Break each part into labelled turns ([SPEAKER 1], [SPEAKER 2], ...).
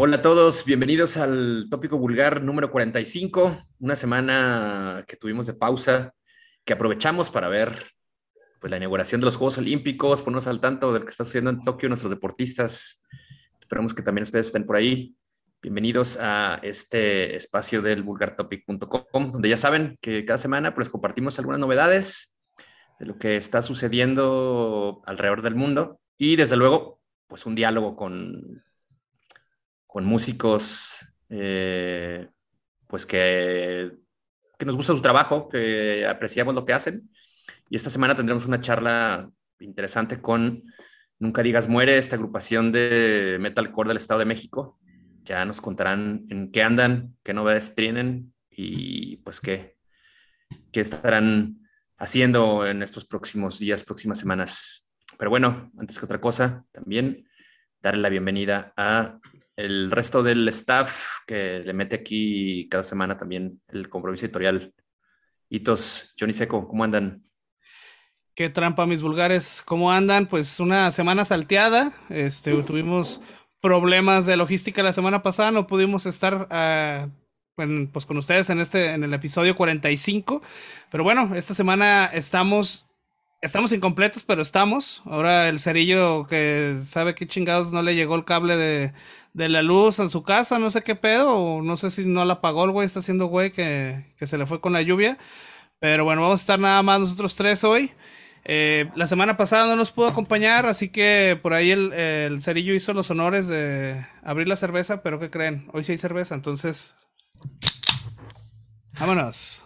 [SPEAKER 1] Hola a todos, bienvenidos al tópico vulgar número 45, una semana que tuvimos de pausa, que aprovechamos para ver pues, la inauguración de los Juegos Olímpicos, ponernos al tanto de lo que está sucediendo en Tokio, nuestros deportistas. Esperamos que también ustedes estén por ahí. Bienvenidos a este espacio del vulgartopic.com, donde ya saben que cada semana pues compartimos algunas novedades de lo que está sucediendo alrededor del mundo y desde luego pues un diálogo con músicos pues que nos gusta su trabajo, que apreciamos lo que hacen. Y esta semana tendremos una charla interesante con Nunca Digas Muere, esta agrupación de metalcore del Estado de México. Ya nos contarán en qué andan, qué novedades tienen y pues qué estarán haciendo en estos próximos días, próximas semanas. Pero bueno, antes que otra cosa, también darle la bienvenida a el resto del staff que le mete aquí cada semana también el compromiso editorial. Hitos, Johnny Seco, ¿cómo andan?
[SPEAKER 2] Qué trampa, mis vulgares. ¿Cómo andan? Pues una semana salteada. Tuvimos problemas de logística la semana pasada. No pudimos estar pues con ustedes en el episodio 45. Pero bueno, esta semana estamos incompletos, pero estamos. Ahora el cerillo que sabe qué chingados no le llegó el cable de la luz en su casa, no sé qué pedo, o no sé si no la apagó el güey, está haciendo güey que se le fue con la lluvia. Pero bueno, vamos a estar nada más nosotros tres hoy. La semana pasada no nos pudo acompañar, así que por ahí el Cerillo hizo los honores de abrir la cerveza, pero ¿qué creen? Hoy sí hay cerveza, entonces vámonos.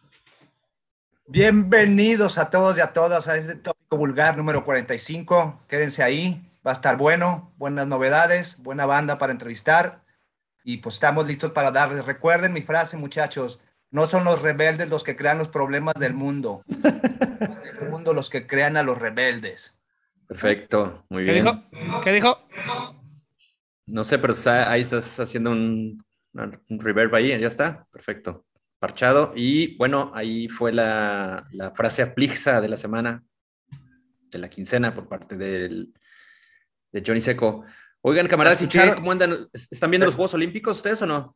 [SPEAKER 3] Bienvenidos a todos y a todas a este tópico vulgar número 45. Quédense ahí, va a estar bueno, buenas novedades, buena banda para entrevistar y pues estamos listos para darles. Recuerden mi frase, muchachos, no son los rebeldes los que crean los problemas del mundo, el mundo los que crean a los rebeldes.
[SPEAKER 1] Perfecto, muy
[SPEAKER 2] ¿Qué dijo?
[SPEAKER 1] bien.
[SPEAKER 2] ¿Qué dijo?
[SPEAKER 1] No sé, pero ahí estás haciendo un reverb ahí, ya está, perfecto. Parchado. Y bueno, ahí fue la frase aplixa de la semana, de la quincena por parte de Johnny Seco. Oigan,
[SPEAKER 3] ¿La
[SPEAKER 1] camaradas, ¿y qué?
[SPEAKER 3] escucharon?
[SPEAKER 1] ¿Cómo andan? ¿Están viendo los Juegos Olímpicos ustedes o no?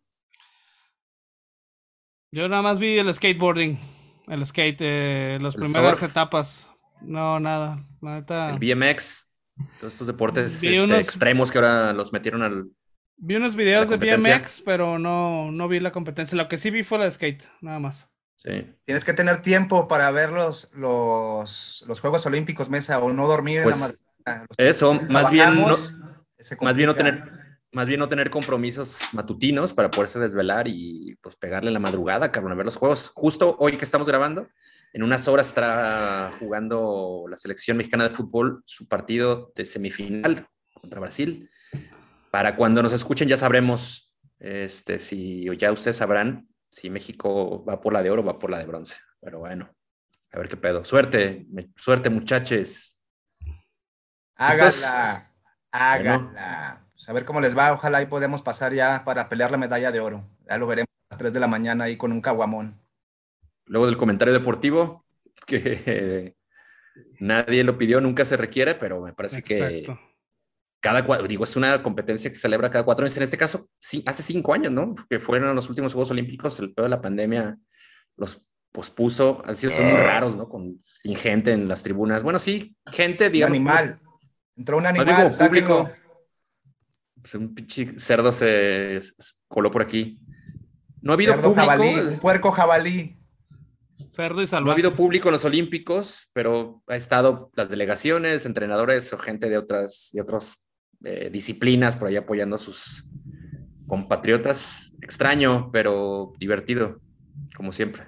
[SPEAKER 2] Yo nada más vi el skateboarding, el skate, las
[SPEAKER 1] El
[SPEAKER 2] primeras
[SPEAKER 1] surf,
[SPEAKER 2] etapas. No, nada, la
[SPEAKER 1] el
[SPEAKER 2] neta.
[SPEAKER 1] BMX, todos estos deportes
[SPEAKER 2] Vi unos,
[SPEAKER 1] extremos que ahora los metieron
[SPEAKER 2] vi unos
[SPEAKER 1] a la
[SPEAKER 2] videos de
[SPEAKER 1] competencia.
[SPEAKER 2] BMX, pero no vi la competencia. Lo que sí vi fue la de skate, nada más.
[SPEAKER 1] Sí.
[SPEAKER 3] Tienes que tener tiempo para ver los Juegos Olímpicos, Mesa, o no dormir en la
[SPEAKER 1] Pues
[SPEAKER 3] madrugada. Los
[SPEAKER 1] eso,
[SPEAKER 3] que trabajamos, se
[SPEAKER 1] más bien no
[SPEAKER 3] complica.
[SPEAKER 1] tener, más bien no tener compromisos matutinos para poderse desvelar y pues pegarle en la madrugada, cabrón, a ver los juegos. Justo hoy que estamos grabando, en unas horas estará jugando la selección mexicana de fútbol su partido de semifinal contra Brasil. Para cuando nos escuchen ya sabremos, si o ya ustedes sabrán si México va por la de oro o va por la de bronce. Pero bueno, a ver qué pedo. Suerte, suerte muchachos. ¿Listos?
[SPEAKER 3] Hágala,
[SPEAKER 1] Bueno,
[SPEAKER 3] hágala. Pues a ver cómo les va. Ojalá y podemos pasar ya para pelear la medalla de oro. Ya lo veremos a las 3 de la mañana ahí con un caguamón.
[SPEAKER 1] luego del comentario deportivo, que nadie lo pidió, nunca se requiere, pero me parece que
[SPEAKER 2] Exacto.
[SPEAKER 1] digo, es una competencia que se celebra cada 4 años. En este caso, sí, hace 5 años, ¿no? Que fueron los últimos Juegos Olímpicos, el pedo de la pandemia los pospuso, han sido muy raros, ¿no? Sin gente en las tribunas. Bueno, sí, gente,
[SPEAKER 3] Un
[SPEAKER 1] digamos,
[SPEAKER 3] animal. Entró un
[SPEAKER 1] más bien
[SPEAKER 3] animal,
[SPEAKER 1] como
[SPEAKER 3] sáquenlo.
[SPEAKER 1] público. Pues un pinche cerdo se coló por aquí. No ha habido
[SPEAKER 3] Cerdo
[SPEAKER 1] público,
[SPEAKER 3] jabalí, un puerco jabalí.
[SPEAKER 2] Cerdo y
[SPEAKER 1] no ha
[SPEAKER 2] salvaje.
[SPEAKER 1] habido público en los Olímpicos, pero ha estado las delegaciones, entrenadores o gente de otras disciplinas por ahí apoyando a sus compatriotas. Extraño, pero divertido, como siempre.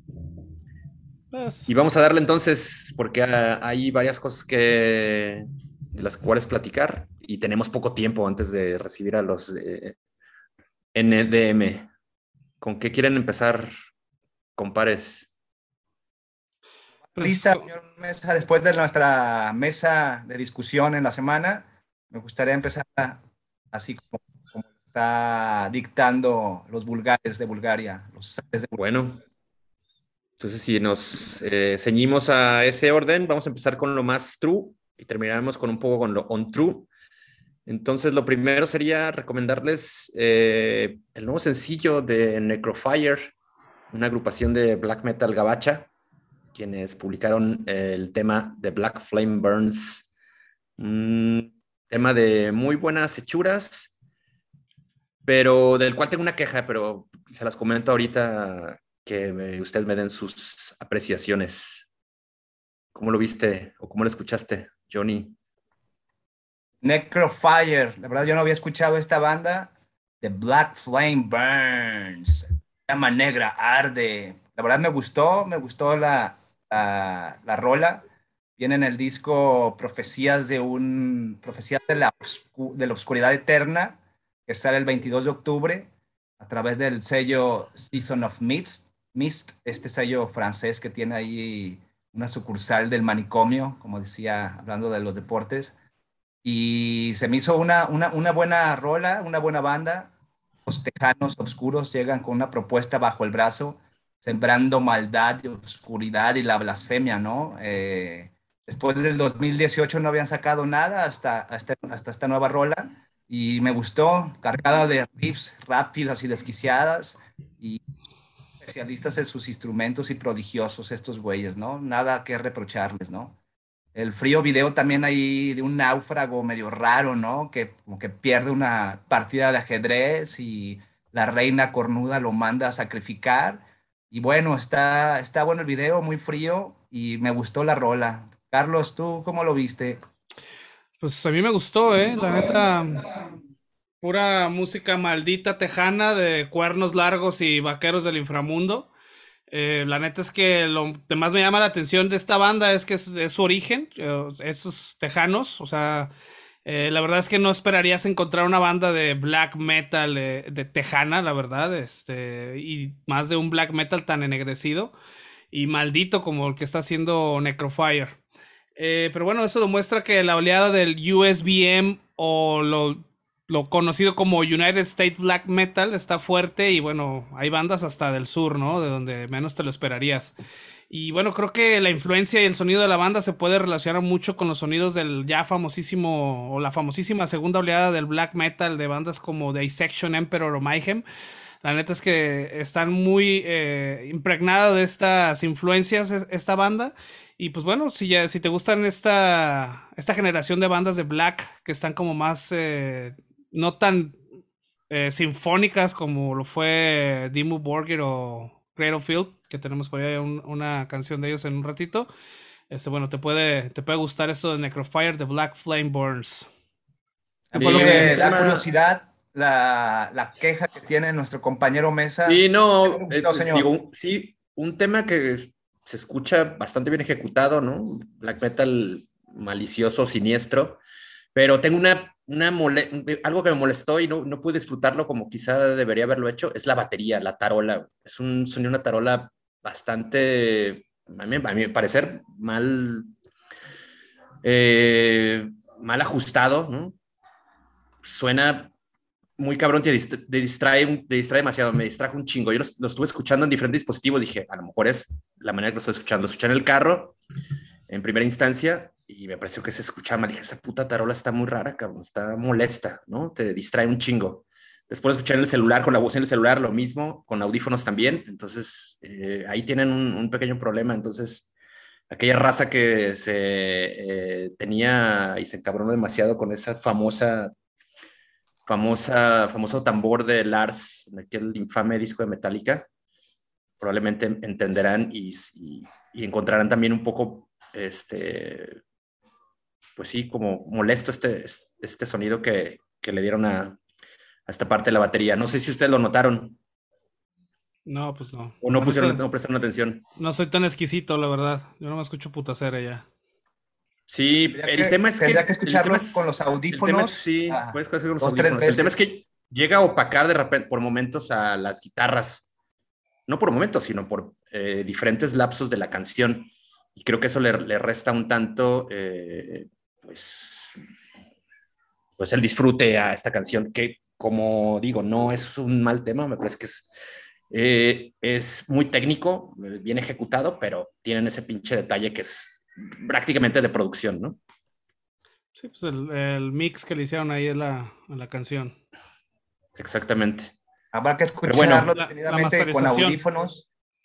[SPEAKER 1] Y
[SPEAKER 2] Pues,
[SPEAKER 1] vamos a darle entonces, porque hay varias cosas de las cuales platicar y tenemos poco tiempo antes de recibir a los de NDM. ¿Con qué quieren empezar, compares?
[SPEAKER 2] pues,
[SPEAKER 3] Lista, señor Mesa, después de nuestra mesa de discusión en la semana, me gustaría empezar así como está dictando los vulgares de Bulgaria, los zares de Bulgaria.
[SPEAKER 1] Bueno, entonces si nos ceñimos a ese orden, vamos a empezar con lo más true y terminaremos con un poco con lo untrue. Entonces, lo primero sería recomendarles el nuevo sencillo de Necrofire, una agrupación de black metal gabacha, quienes publicaron el tema de Black Flame Burns, un tema de muy buenas hechuras, pero del cual tengo una queja, pero se las comento ahorita que ustedes me den sus apreciaciones. ¿Cómo lo viste o cómo lo escuchaste, Johnny?
[SPEAKER 3] Necrofire, la verdad yo no había escuchado esta banda. The Black Flame Burns, llama negra arde. La verdad me gustó la rola. Viene en el disco Profecías de de la Oscuridad Eterna, que sale el 22 de octubre a través del sello Season of Mist, este sello francés que tiene ahí una sucursal del Manicomio, como decía, hablando de los deportes. Y se me hizo una buena rola, una buena banda. Los Tejanos Oscuros llegan con una propuesta bajo el brazo, sembrando maldad y oscuridad y la blasfemia, ¿no? Después del 2018 no habían sacado nada hasta esta nueva rola y me gustó, cargada de riffs rápidas y desquiciadas y especialistas en sus instrumentos y prodigiosos estos güeyes, ¿no? Nada que reprocharles, ¿no? El frío video también ahí de un náufrago medio raro, ¿no? Que como que pierde una partida de ajedrez y la reina cornuda lo manda a sacrificar. Y bueno, está bueno el video, muy frío y me gustó la rola. Carlos, ¿tú cómo lo viste?
[SPEAKER 2] Pues a mí me gustó, la neta, pura música maldita tejana de cuernos largos y vaqueros del inframundo. La neta es que lo que más me llama la atención de esta banda es que es su origen, esos tejanos, o sea, la verdad es que no esperarías encontrar una banda de black metal de tejana, la verdad, y más de un black metal tan ennegrecido y maldito como el que está haciendo Necrofire. Pero bueno, eso demuestra que la oleada del USBM o lo conocido como United States Black Metal está fuerte y bueno, hay bandas hasta del sur, ¿no? De donde menos te lo esperarías. Y bueno, creo que la influencia y el sonido de la banda se puede relacionar mucho con los sonidos del ya famosísimo o la famosísima segunda oleada del black metal de bandas como Dissection, Emperor o Mayhem. La neta es que están muy impregnadas de estas influencias esta banda. Y pues bueno, si te gustan esta generación de bandas de black que están como más no tan sinfónicas como lo fue Dimmu Borgir o Cradle of Filth, que tenemos por ahí una canción de ellos en un ratito. Bueno, te puede gustar esto de Necrofire, The Black Flame Burns.
[SPEAKER 3] ¿Qué
[SPEAKER 1] Sí,
[SPEAKER 3] fue lo que
[SPEAKER 1] un
[SPEAKER 3] me da
[SPEAKER 1] tema.
[SPEAKER 3] curiosidad? La queja que tiene nuestro compañero Mesa.
[SPEAKER 1] Sí,
[SPEAKER 3] ¿Qué no le
[SPEAKER 1] no,
[SPEAKER 3] gustó, señor?
[SPEAKER 1] digo, sí, un tema que se escucha bastante bien ejecutado, ¿no? Black metal malicioso, siniestro, pero tengo algo que me molestó y no pude disfrutarlo como quizá debería haberlo hecho, es la batería, la tarola. Es un sonido, una tarola bastante, a mi parecer, mal ajustado, ¿no? Suena muy cabrón, te distrae demasiado, me distrajo un chingo. Yo lo estuve escuchando en diferentes dispositivos, dije, a lo mejor es la manera que lo estoy escuchando. Lo escuché en el carro, en primera instancia, y me pareció que se escuchaba mal. Dije, esa puta tarola está muy rara, cabrón, está molesta, ¿no? Te distrae un chingo. Después escuché en el celular, con la voz en el celular, lo mismo, con audífonos también. Entonces, ahí tienen un pequeño problema. Entonces, aquella raza que se tenía y se encabronó demasiado con esa famoso tambor de Lars, en aquel infame disco de Metallica, probablemente entenderán y encontrarán también un poco, pues sí, como molesto este sonido que le dieron a esta parte de la batería. No sé si ustedes lo notaron
[SPEAKER 2] No, pues no.
[SPEAKER 1] o
[SPEAKER 2] La neta,
[SPEAKER 1] no prestaron atención.
[SPEAKER 2] no soy tan exquisito, la verdad. Yo no me escucho putacera ya.
[SPEAKER 1] Sí,
[SPEAKER 3] Tendría que
[SPEAKER 1] el tema
[SPEAKER 3] escucharlo con los
[SPEAKER 1] es,
[SPEAKER 3] audífonos
[SPEAKER 1] sí, puedes hacer con los
[SPEAKER 3] dos, tres
[SPEAKER 1] audífonos. El tema es
[SPEAKER 3] veces.
[SPEAKER 1] que llega a opacar de repente por momentos a las guitarras, no por momentos, sino por diferentes lapsos de la canción. Y creo que eso le resta un tanto, pues, pues el disfrute a esta canción, que como digo, no es un mal tema, me parece que es muy técnico, bien ejecutado, pero tienen ese pinche detalle que es prácticamente de producción, ¿no?
[SPEAKER 2] Sí, pues el mix que le hicieron ahí a la canción.
[SPEAKER 1] Exactamente.
[SPEAKER 3] Habrá que
[SPEAKER 1] Pero bueno,
[SPEAKER 3] escucharlo
[SPEAKER 2] La
[SPEAKER 3] definitivamente con
[SPEAKER 2] masterización.
[SPEAKER 3] audífonos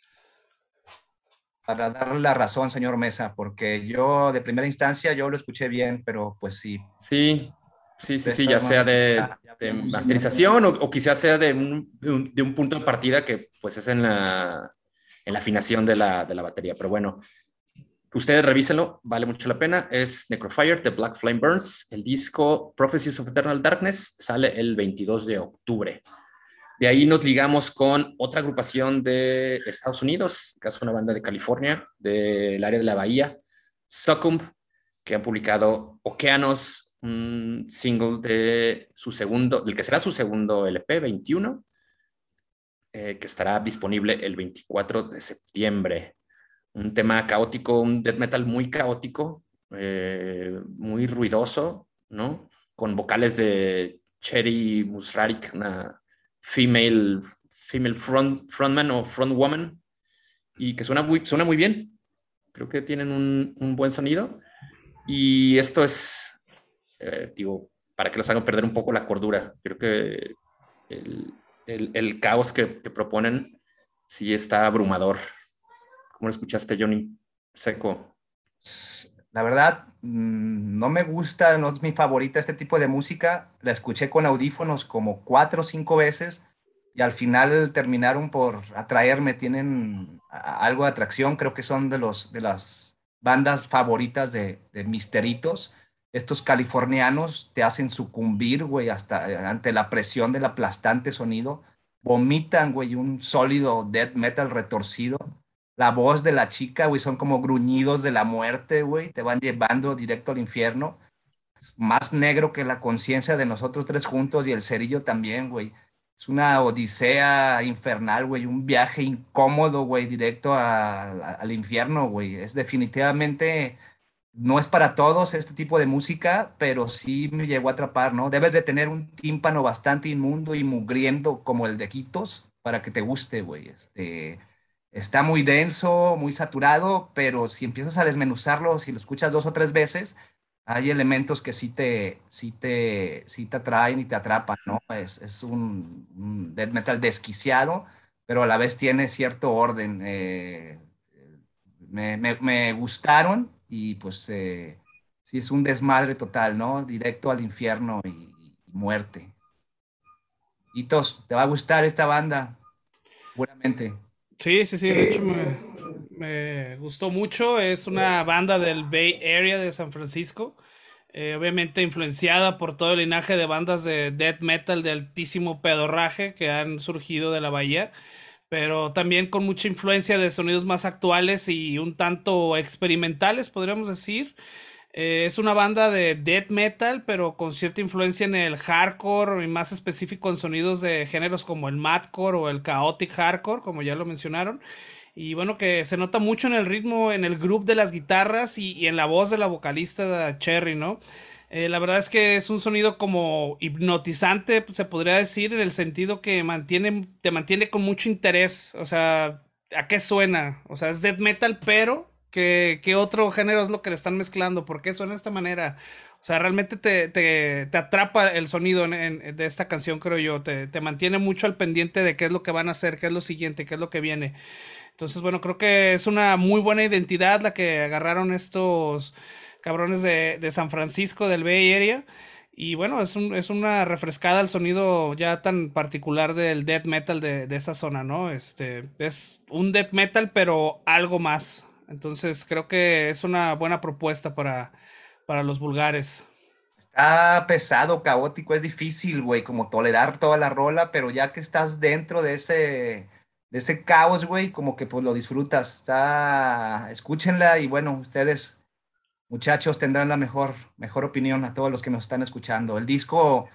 [SPEAKER 3] para darle la razón, señor Mesa, porque yo de primera instancia yo lo escuché bien, pero pues sí,
[SPEAKER 1] sí, sí, sí, sí,
[SPEAKER 3] esto
[SPEAKER 1] ya
[SPEAKER 3] no,
[SPEAKER 1] sea
[SPEAKER 3] ya
[SPEAKER 1] de
[SPEAKER 3] vemos bien.
[SPEAKER 1] masterización o quizás sea de un punto de partida que pues es en la afinación de la batería. Pero bueno, ustedes revísenlo, vale mucho la pena. Es Necrofire de Black Flame Burns. El disco Prophecies of Eternal Darkness sale el 22 de octubre. De ahí nos ligamos con otra agrupación de Estados Unidos, que es una banda de California, del área de la Bahía, Succumb, que han publicado Okeanos, un single de su segundo, del que será su segundo LP, 21, que estará disponible el 24 de septiembre. Un tema caótico, un death metal muy caótico, muy ruidoso, ¿no? Con vocales de Cherry Musrarik, una female frontman o frontwoman, y que suena muy bien. Creo que tienen un buen sonido. Y esto es, digo, para que los hagan perder un poco la cordura. Creo que el, el caos que proponen sí está abrumador. ¿Cómo lo escuchaste, Johnny? Seco.
[SPEAKER 3] La verdad, no me gusta, no es mi favorita este tipo de música. La escuché con audífonos como 4 o 5 veces y al final terminaron por atraerme. Tienen algo de atracción. Creo que son de las bandas favoritas de Misteritos. Estos californianos te hacen sucumbir, güey, hasta ante la presión del aplastante sonido. Vomitan, güey, un sólido death metal retorcido. La voz de la chica, güey, son como gruñidos de la muerte, güey. Te van llevando directo al infierno. Es más negro que la conciencia de nosotros tres juntos y el cerillo también, güey. Es una odisea infernal, güey. Un viaje incómodo, güey, directo al infierno, güey. Es definitivamente, no es para todos este tipo de música, pero sí me llegó a atrapar, ¿no? Debes de tener un tímpano bastante inmundo y mugriento como el de Quitos para que te guste, güey. Está muy denso, muy saturado, pero si empiezas a desmenuzarlo, si lo escuchas 2 o 3 veces, hay elementos que sí te atraen y te atrapan, ¿no? Es un death metal desquiciado, pero a la vez tiene cierto orden. Me gustaron y pues sí es un desmadre total, ¿no? Directo al infierno y muerte. Hitos, ¿te va a gustar esta banda? Seguramente.
[SPEAKER 2] Sí, sí, sí, de hecho me gustó mucho. Es una banda del Bay Area de San Francisco. Obviamente influenciada por todo el linaje de bandas de death metal de altísimo pedorraje que han surgido de la bahía, pero también con mucha influencia de sonidos más actuales y un tanto experimentales, podríamos decir. Es una banda de death metal, pero con cierta influencia en el hardcore y más específico en sonidos de géneros como el madcore o el chaotic hardcore, como ya lo mencionaron. Y bueno, que se nota mucho en el ritmo, en el groove de las guitarras y en la voz de la vocalista Cherry, ¿no? La verdad es que es un sonido como hipnotizante, se podría decir, en el sentido que te mantiene con mucho interés. O sea, ¿a qué suena? O sea, es death metal, pero ¿qué otro género es lo que le están mezclando? ¿Por qué suena de esta manera? O sea, realmente te atrapa el sonido de esta canción, creo yo. Te mantiene mucho al pendiente de qué es lo que van a hacer, qué es lo siguiente, qué es lo que viene. Entonces, bueno, creo que es una muy buena identidad la que agarraron estos cabrones de San Francisco, del Bay Area. Y bueno, es una refrescada al sonido ya tan particular del death metal de esa zona, ¿no? Es un death metal, pero algo más. Entonces, creo que es una buena propuesta para los vulgares.
[SPEAKER 3] Está pesado, caótico, es difícil, güey, como tolerar toda la rola, pero ya que estás dentro de ese caos, güey, como que pues lo disfrutas. Escúchenla y bueno, ustedes, muchachos, tendrán la mejor opinión a todos los que nos están escuchando. El disco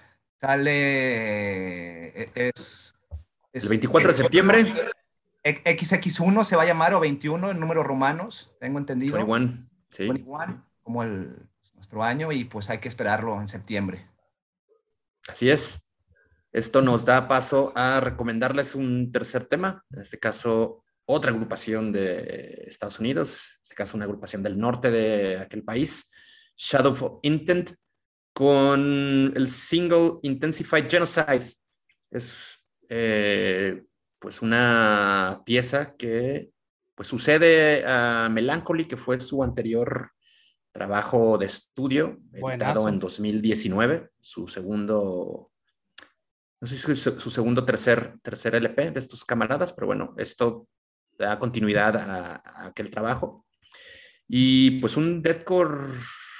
[SPEAKER 3] sale,
[SPEAKER 1] El
[SPEAKER 3] es
[SPEAKER 1] 24 de septiembre,
[SPEAKER 3] XX1 se va a llamar o 21 en números romanos, tengo entendido.
[SPEAKER 1] 21, sí.
[SPEAKER 3] 21, como nuestro año, y pues hay que esperarlo en septiembre.
[SPEAKER 1] Así es. Esto nos da paso a recomendarles un tercer tema, en este caso otra agrupación de Estados Unidos, en este caso una agrupación del norte de aquel país, Shadow of Intent, con el single Intensified Genocide. Es pues una pieza que pues sucede a Melancholy, que fue su anterior trabajo de estudio, editado
[SPEAKER 2] Buenazo.
[SPEAKER 1] en 2019, su segundo, no sé si su segundo tercer LP de estos camaradas, pero bueno, esto da continuidad a aquel trabajo. Y pues un deathcore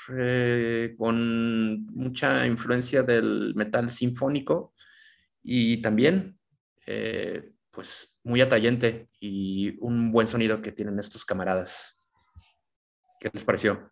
[SPEAKER 1] con mucha influencia del metal sinfónico y también pues muy atrayente y un buen sonido que tienen estos camaradas. ¿Qué les pareció?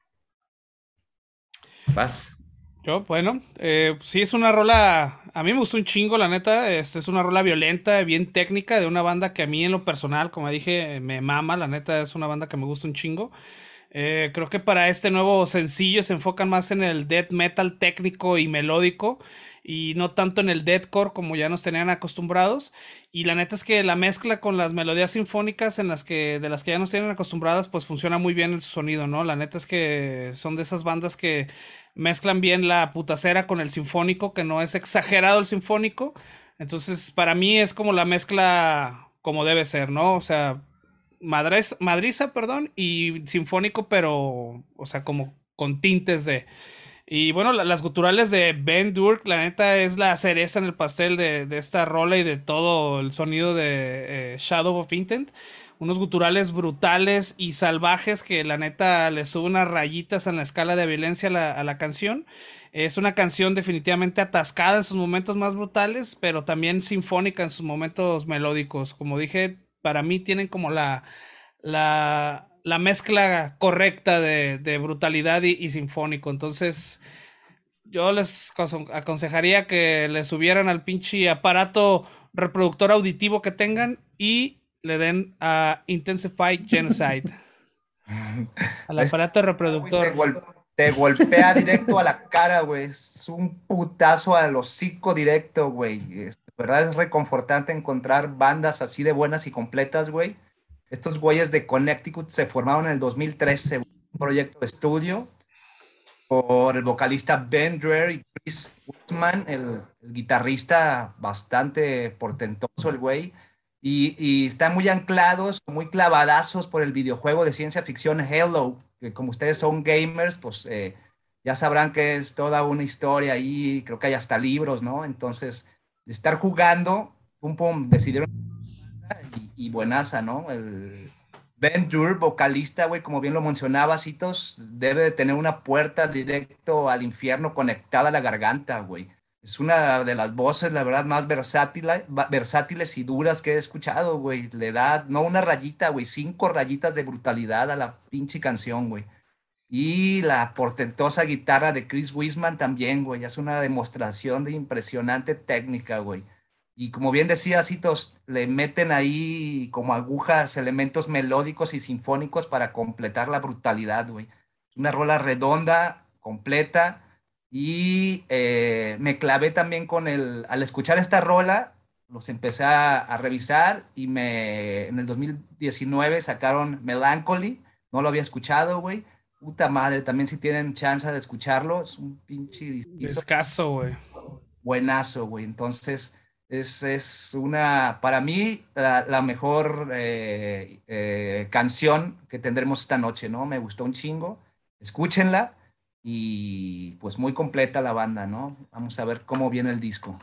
[SPEAKER 1] ¿Vas?
[SPEAKER 2] Yo, bueno, sí es una rola, a mí me gustó un chingo, la neta, es una rola violenta, bien técnica, de una banda que a mí en lo personal, como dije, me mama, la neta es una banda que me gusta un chingo. Creo que para este nuevo sencillo se enfocan más en el death metal técnico y melódico y no tanto en el deathcore como ya nos tenían acostumbrados. Y la neta es que la mezcla con las melodías sinfónicas de las que ya nos tienen acostumbradas, pues funciona muy bien el sonido, ¿no? La neta es que son de esas bandas que mezclan bien la putacera con el sinfónico, que no es exagerado el sinfónico. Entonces, para mí es como la mezcla como debe ser, ¿no? O sea, madriza, perdón, y sinfónico, pero, o sea, como con tintes de... Y bueno, las guturales de Ben Durk, la neta, es la cereza en el pastel de esta rola y de todo el sonido de Shadow of Intent. Unos guturales brutales y salvajes que la neta le sube unas rayitas en la escala de violencia a la canción. Es una canción definitivamente atascada en sus momentos más brutales, pero también sinfónica en sus momentos melódicos. Como dije, para mí tienen como la mezcla correcta de brutalidad y sinfónico. Entonces, yo les aconsejaría que le subieran al pinche aparato reproductor auditivo que tengan y le den a Intensified Genocide. Al aparato
[SPEAKER 3] Güey, te,
[SPEAKER 2] reproductor.
[SPEAKER 3] te golpea directo a la cara, güey. Es un putazo al hocico directo, güey. De verdad es reconfortante encontrar bandas así de buenas y completas, güey. Estos güeyes de Connecticut se formaron en el 2013, güey, un proyecto de estudio por el vocalista Ben Dreher y Chris Wiseman, el guitarrista bastante portentoso, el güey. Y están muy anclados, muy clavadazos por el videojuego de ciencia ficción Halo, que como ustedes son gamers, pues ya sabrán que es toda una historia ahí, creo que hay hasta libros, ¿no? Entonces, de estar jugando, pum, pum, decidieron y buenaza, ¿no? El Ben Dur, vocalista, güey, como bien lo mencionaba, Citos, debe de tener una puerta directo al infierno conectada a la garganta, güey. Es una de las voces, la verdad, más versátiles y duras que he escuchado, güey. Le da, no una rayita, güey, 5 rayitas de brutalidad a la pinche canción, güey. Y la portentosa guitarra de Chris Wiseman también, güey. Es una demostración de impresionante técnica, güey. Y como bien decía Citos, le meten ahí como agujas elementos melódicos y sinfónicos para completar la brutalidad, güey. Es una rola redonda, completa. Y me clavé también con al escuchar esta rola, los empecé a revisar y en el 2019 sacaron Melancholy. No lo había escuchado, güey. Puta madre, también si tienen chance de escucharlo, es un pinche discazo
[SPEAKER 2] Escaso, güey.
[SPEAKER 3] buenazo, güey. Entonces, es una, para mí, la mejor canción que tendremos esta noche, ¿no? Me gustó un chingo. Escúchenla y pues muy completa la banda, ¿no? Vamos a ver cómo viene el disco.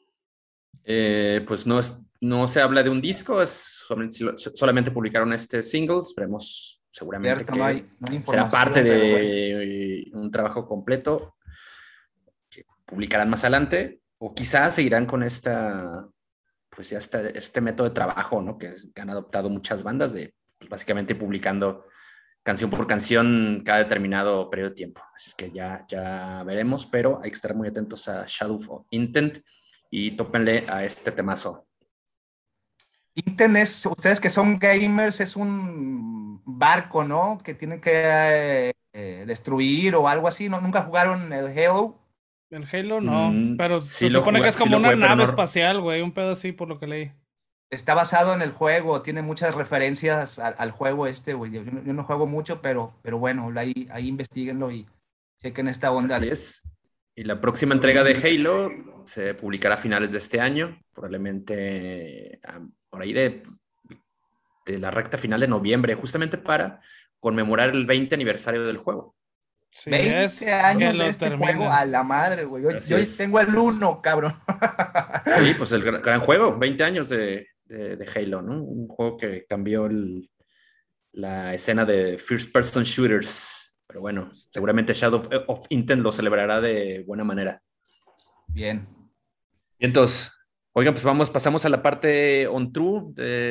[SPEAKER 1] Pues no se habla de un disco, solamente publicaron este single. Esperemos seguramente
[SPEAKER 3] Cierto, no hay,
[SPEAKER 1] que
[SPEAKER 3] no hay
[SPEAKER 1] será
[SPEAKER 3] información,
[SPEAKER 1] parte
[SPEAKER 3] pero bueno.
[SPEAKER 1] de un trabajo completo que publicarán más adelante, o quizás seguirán con pues ya este método de trabajo, ¿no? Que han adoptado muchas bandas de pues, básicamente publicando canción por canción cada determinado periodo de tiempo. Así es que ya veremos, pero hay que estar muy atentos a Shadow of Intent y tópenle a este temazo.
[SPEAKER 3] Internet, ustedes que son gamers, es un barco, ¿no? Que tienen que destruir o algo así, ¿no? ¿Nunca jugaron el Halo?
[SPEAKER 2] El Halo no, pero se
[SPEAKER 1] Sí
[SPEAKER 2] supone que es
[SPEAKER 1] sí
[SPEAKER 2] como
[SPEAKER 1] lo
[SPEAKER 2] una
[SPEAKER 1] jugué, pero
[SPEAKER 2] nave
[SPEAKER 1] no.
[SPEAKER 2] espacial, güey, un pedo así por lo que leí.
[SPEAKER 3] Está basado en el juego, tiene muchas referencias al juego este, güey. Yo no juego mucho, pero bueno, ahí investiguenlo y chequen esta onda
[SPEAKER 1] Así es. Y la próxima entrega de Halo se publicará a finales de este año, probablemente por ahí de la recta final de noviembre, justamente para conmemorar el 20 aniversario del juego.
[SPEAKER 2] Sí,
[SPEAKER 3] 20
[SPEAKER 2] que
[SPEAKER 3] años de
[SPEAKER 2] lo
[SPEAKER 3] este
[SPEAKER 2] terminan.
[SPEAKER 3] juego, a la madre, güey.
[SPEAKER 1] Así
[SPEAKER 3] Yo
[SPEAKER 1] es.
[SPEAKER 3] tengo el 1, cabrón.
[SPEAKER 1] Sí, pues el gran juego, 20 años de Halo, ¿no? Un juego que cambió la escena de first person shooters. Pero bueno, seguramente Shadow of Intent lo celebrará de buena manera.
[SPEAKER 3] Bien.
[SPEAKER 1] Y entonces, oigan, pues pasamos a la parte on true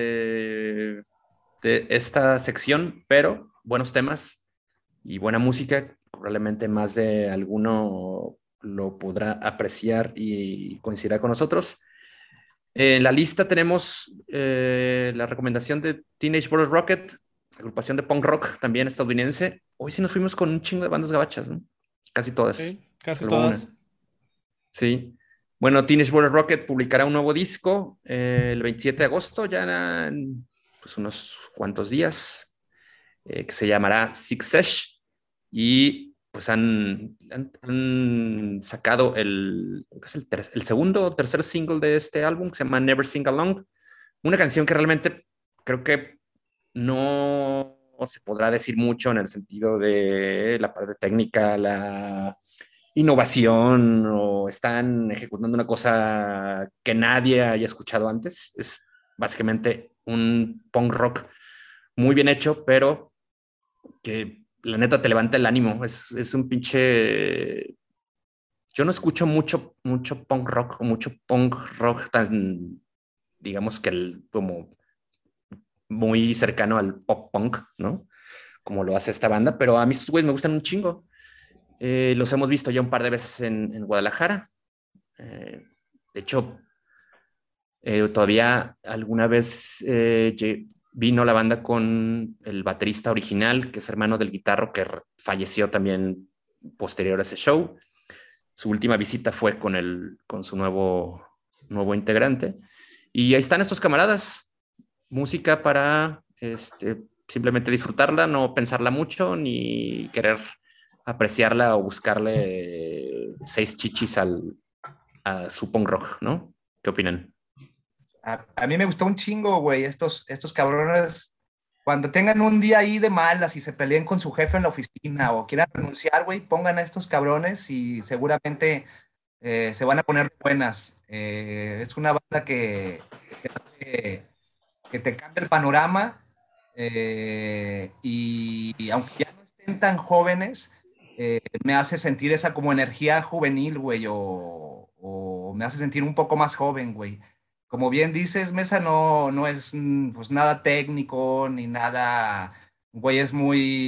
[SPEAKER 1] de esta sección, pero buenos temas y buena música. Probablemente más de alguno lo podrá apreciar y coincidirá con nosotros. En la lista tenemos la recomendación de Teenage Bottle Rocket, agrupación de punk rock también estadounidense. Hoy sí nos fuimos con un chingo de bandas gabachas, ¿no? Casi todas,
[SPEAKER 2] Sí, casi
[SPEAKER 1] salvo
[SPEAKER 2] todas.
[SPEAKER 1] una. Sí. Bueno, Teenage Bottle Rocket publicará un nuevo disco el 27 de agosto, ya en pues, unos cuantos días, que se llamará Six Sesh. Y pues han sacado el segundo o tercer single de este álbum, que se llama Never Sing Along. Una canción que realmente creo que no se podrá decir mucho en el sentido de la parte técnica, la innovación, o están ejecutando una cosa que nadie haya escuchado antes. Es básicamente un punk rock muy bien hecho, pero que la neta te levanta el ánimo. Es un pinche... Yo no escucho mucho punk rock tan, digamos que como muy cercano al pop punk, ¿no? Como lo hace esta banda, pero a mí estos güeyes me gustan un chingo. Los hemos visto ya un par de veces en Guadalajara. De hecho, todavía alguna vez vino la banda con el baterista original, que es hermano del guitarro, que falleció también posterior a ese show. Su última visita fue con su nuevo integrante. Y ahí están estos camaradas. Música para simplemente disfrutarla, no pensarla mucho, ni querer apreciarla o buscarle 6 chichis a su punk rock, ¿no? ¿Qué opinan?
[SPEAKER 3] A mí me gustó un chingo, güey. Estos cabrones, cuando tengan un día ahí de malas y se peleen con su jefe en la oficina o quieran renunciar, güey, pongan a estos cabrones y seguramente se van a poner buenas. Es una banda que te cambia el panorama y aunque ya no estén tan jóvenes, me hace sentir esa como energía juvenil, güey, o me hace sentir un poco más joven, güey. Como bien dices, Mesa no es pues nada técnico ni nada, güey, es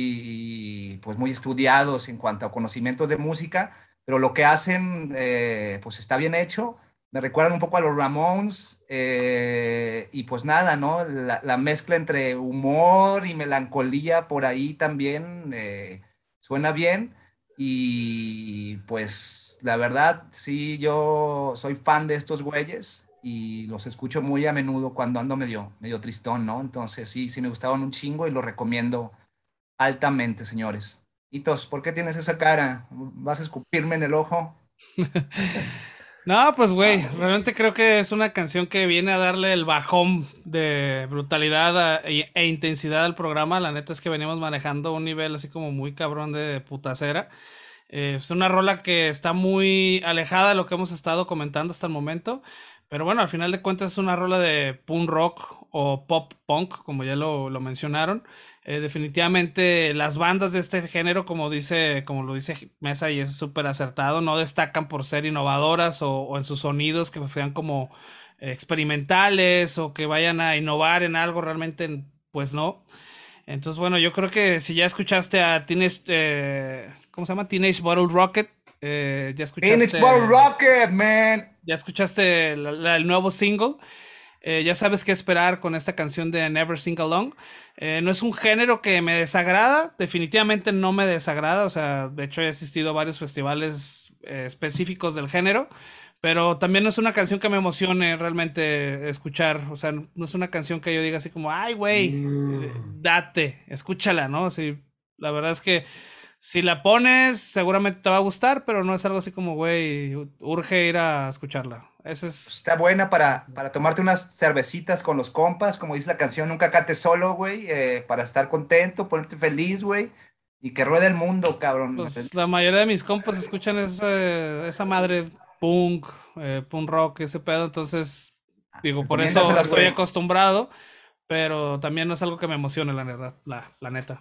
[SPEAKER 3] pues muy estudiados en cuanto a conocimientos de música, pero lo que hacen pues está bien hecho. Me recuerdan un poco a los Ramones y pues nada, ¿no? La mezcla entre humor y melancolía por ahí también suena bien y pues la verdad, sí, yo soy fan de estos güeyes y los escucho muy a menudo cuando ando medio tristón, ¿no? Entonces sí me gustaban un chingo y los recomiendo altamente, señores. Hitos, ¿por qué tienes esa cara? ¿Vas a escupirme en el ojo?
[SPEAKER 2] No, pues güey, realmente creo que es una canción que viene a darle el bajón de brutalidad e intensidad al programa. La neta es que venimos manejando un nivel así como muy cabrón de putacera. Es una rola que está muy alejada de lo que hemos estado comentando hasta el momento. Pero bueno, al final de cuentas es una rola de punk rock o pop punk, como ya lo mencionaron. Definitivamente las bandas de este género, como lo dice Mesa, y es súper acertado, no destacan por ser innovadoras o en sus sonidos que sean como experimentales o que vayan a innovar en algo, realmente pues no. Entonces, bueno, yo creo que si ya escuchaste a ¿cómo se llama? Teenage Bottle Rocket,
[SPEAKER 3] Teenage Bottle Rocket, man.
[SPEAKER 2] ya escuchaste el nuevo single. Ya sabes qué esperar con esta canción de Never Sing Along. No es un género que me desagrada, definitivamente no me desagrada, o sea, de hecho he asistido a varios festivales específicos del género, pero también no es una canción que me emocione realmente escuchar, o sea, no es una canción que yo diga así como, ay, güey, date, escúchala, ¿no? Sí, la verdad es que Si la pones, seguramente te va a gustar, pero no es algo así como, güey, urge ir a escucharla. Ese es...
[SPEAKER 3] Está buena para tomarte unas cervecitas con los compas, como dice la canción, nunca cantes solo, güey, para estar contento, ponerte feliz, güey, y que ruede el mundo, cabrón.
[SPEAKER 2] Pues la mayoría de mis compas escuchan esa madre punk, punk rock, ese pedo, entonces, digo, por eso
[SPEAKER 3] Recomiéndaselas,
[SPEAKER 2] estoy
[SPEAKER 3] güey.
[SPEAKER 2] acostumbrado, pero también no es algo que me emocione, la verdad, la neta.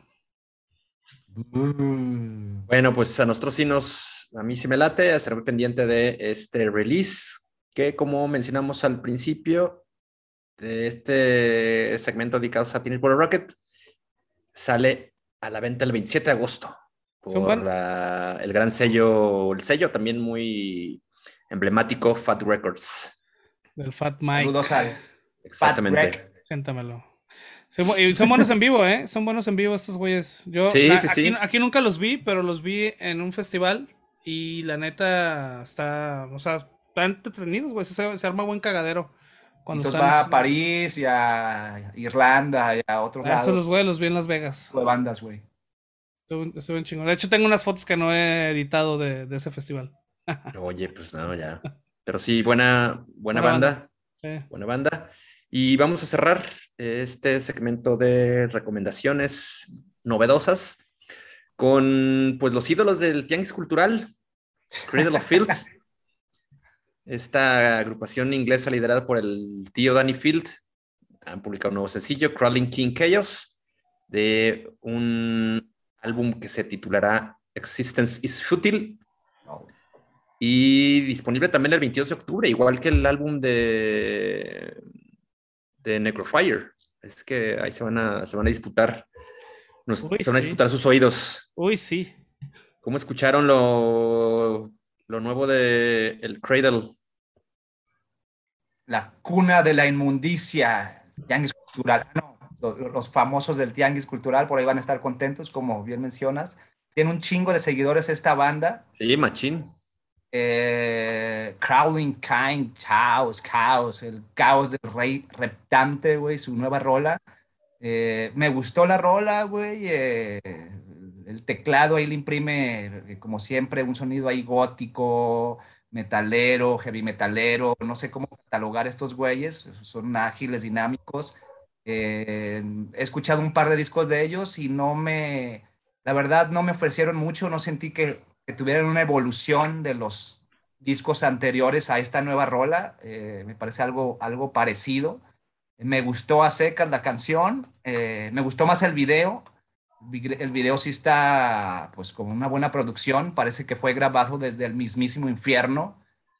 [SPEAKER 1] Bueno, pues a nosotros a mí sí me late, a estar pendiente de este release, que como mencionamos al principio de este segmento dedicado a Teenage Bottle Rocket, sale a la venta el 27 de agosto
[SPEAKER 2] Son
[SPEAKER 1] por
[SPEAKER 2] buen,
[SPEAKER 1] el gran sello, el sello también muy emblemático, Fat Records.
[SPEAKER 2] del Fat Mike,
[SPEAKER 3] Saludos al Fat
[SPEAKER 1] Exactamente.
[SPEAKER 3] Wreck.
[SPEAKER 2] siéntamelo. Y son buenos en vivo, ¿eh? Son buenos en vivo estos güeyes.
[SPEAKER 1] Sí, sí,
[SPEAKER 2] Aquí,
[SPEAKER 1] sí.
[SPEAKER 2] aquí nunca los vi, pero los vi en un festival y la neta o sea, están entretenidos, güey. Se arma buen cagadero
[SPEAKER 3] Y
[SPEAKER 2] cuando
[SPEAKER 3] entonces
[SPEAKER 2] están
[SPEAKER 3] va a París y a Irlanda y a otros
[SPEAKER 2] a esos
[SPEAKER 3] lados
[SPEAKER 2] los güeyes los vi en Las Vegas.
[SPEAKER 3] de bandas, güey.
[SPEAKER 2] Estuvo bien chingón. De hecho, tengo unas fotos que no he editado de ese festival.
[SPEAKER 1] Oye, pues no, ya. Pero sí, buena
[SPEAKER 2] Buena banda.
[SPEAKER 1] banda,
[SPEAKER 2] Sí.
[SPEAKER 1] buena banda. Y vamos a cerrar este segmento de recomendaciones novedosas con pues los ídolos del Tianguis Cultural, Cradle of Field, esta agrupación inglesa liderada por el tío Danny Field. Han publicado un nuevo sencillo, Crawling King Chaos, de un álbum que se titulará Existence is Futile,
[SPEAKER 3] No.
[SPEAKER 1] y disponible también el 22 de octubre, igual que el álbum de Necrofire. Es que ahí se van a disputar,
[SPEAKER 2] Uy,
[SPEAKER 1] se van a
[SPEAKER 2] sí.
[SPEAKER 1] disputar sus oídos.
[SPEAKER 2] Uy, sí.
[SPEAKER 1] ¿Cómo escucharon lo nuevo de El Cradle?
[SPEAKER 3] La cuna de la inmundicia, Tianguis Cultural. No, los famosos del Tianguis Cultural por ahí van a estar contentos, como bien mencionas. Tiene un chingo de seguidores esta banda.
[SPEAKER 1] Sí, machín.
[SPEAKER 3] Crawling Kind, Chaos, el caos del rey reptante, güey, su nueva rola. Me gustó la rola, güey. El teclado ahí le imprime, como siempre, un sonido ahí gótico, metalero, heavy metalero. No sé cómo catalogar estos güeyes. Son ágiles, dinámicos. He escuchado un par de discos de ellos y la verdad, no me ofrecieron mucho. No sentí que tuvieran una evolución de los discos anteriores a esta nueva rola. Me parece algo parecido. Me gustó a secas la canción, me gustó más el video. El video sí está pues con una buena producción, parece que fue grabado desde el mismísimo infierno.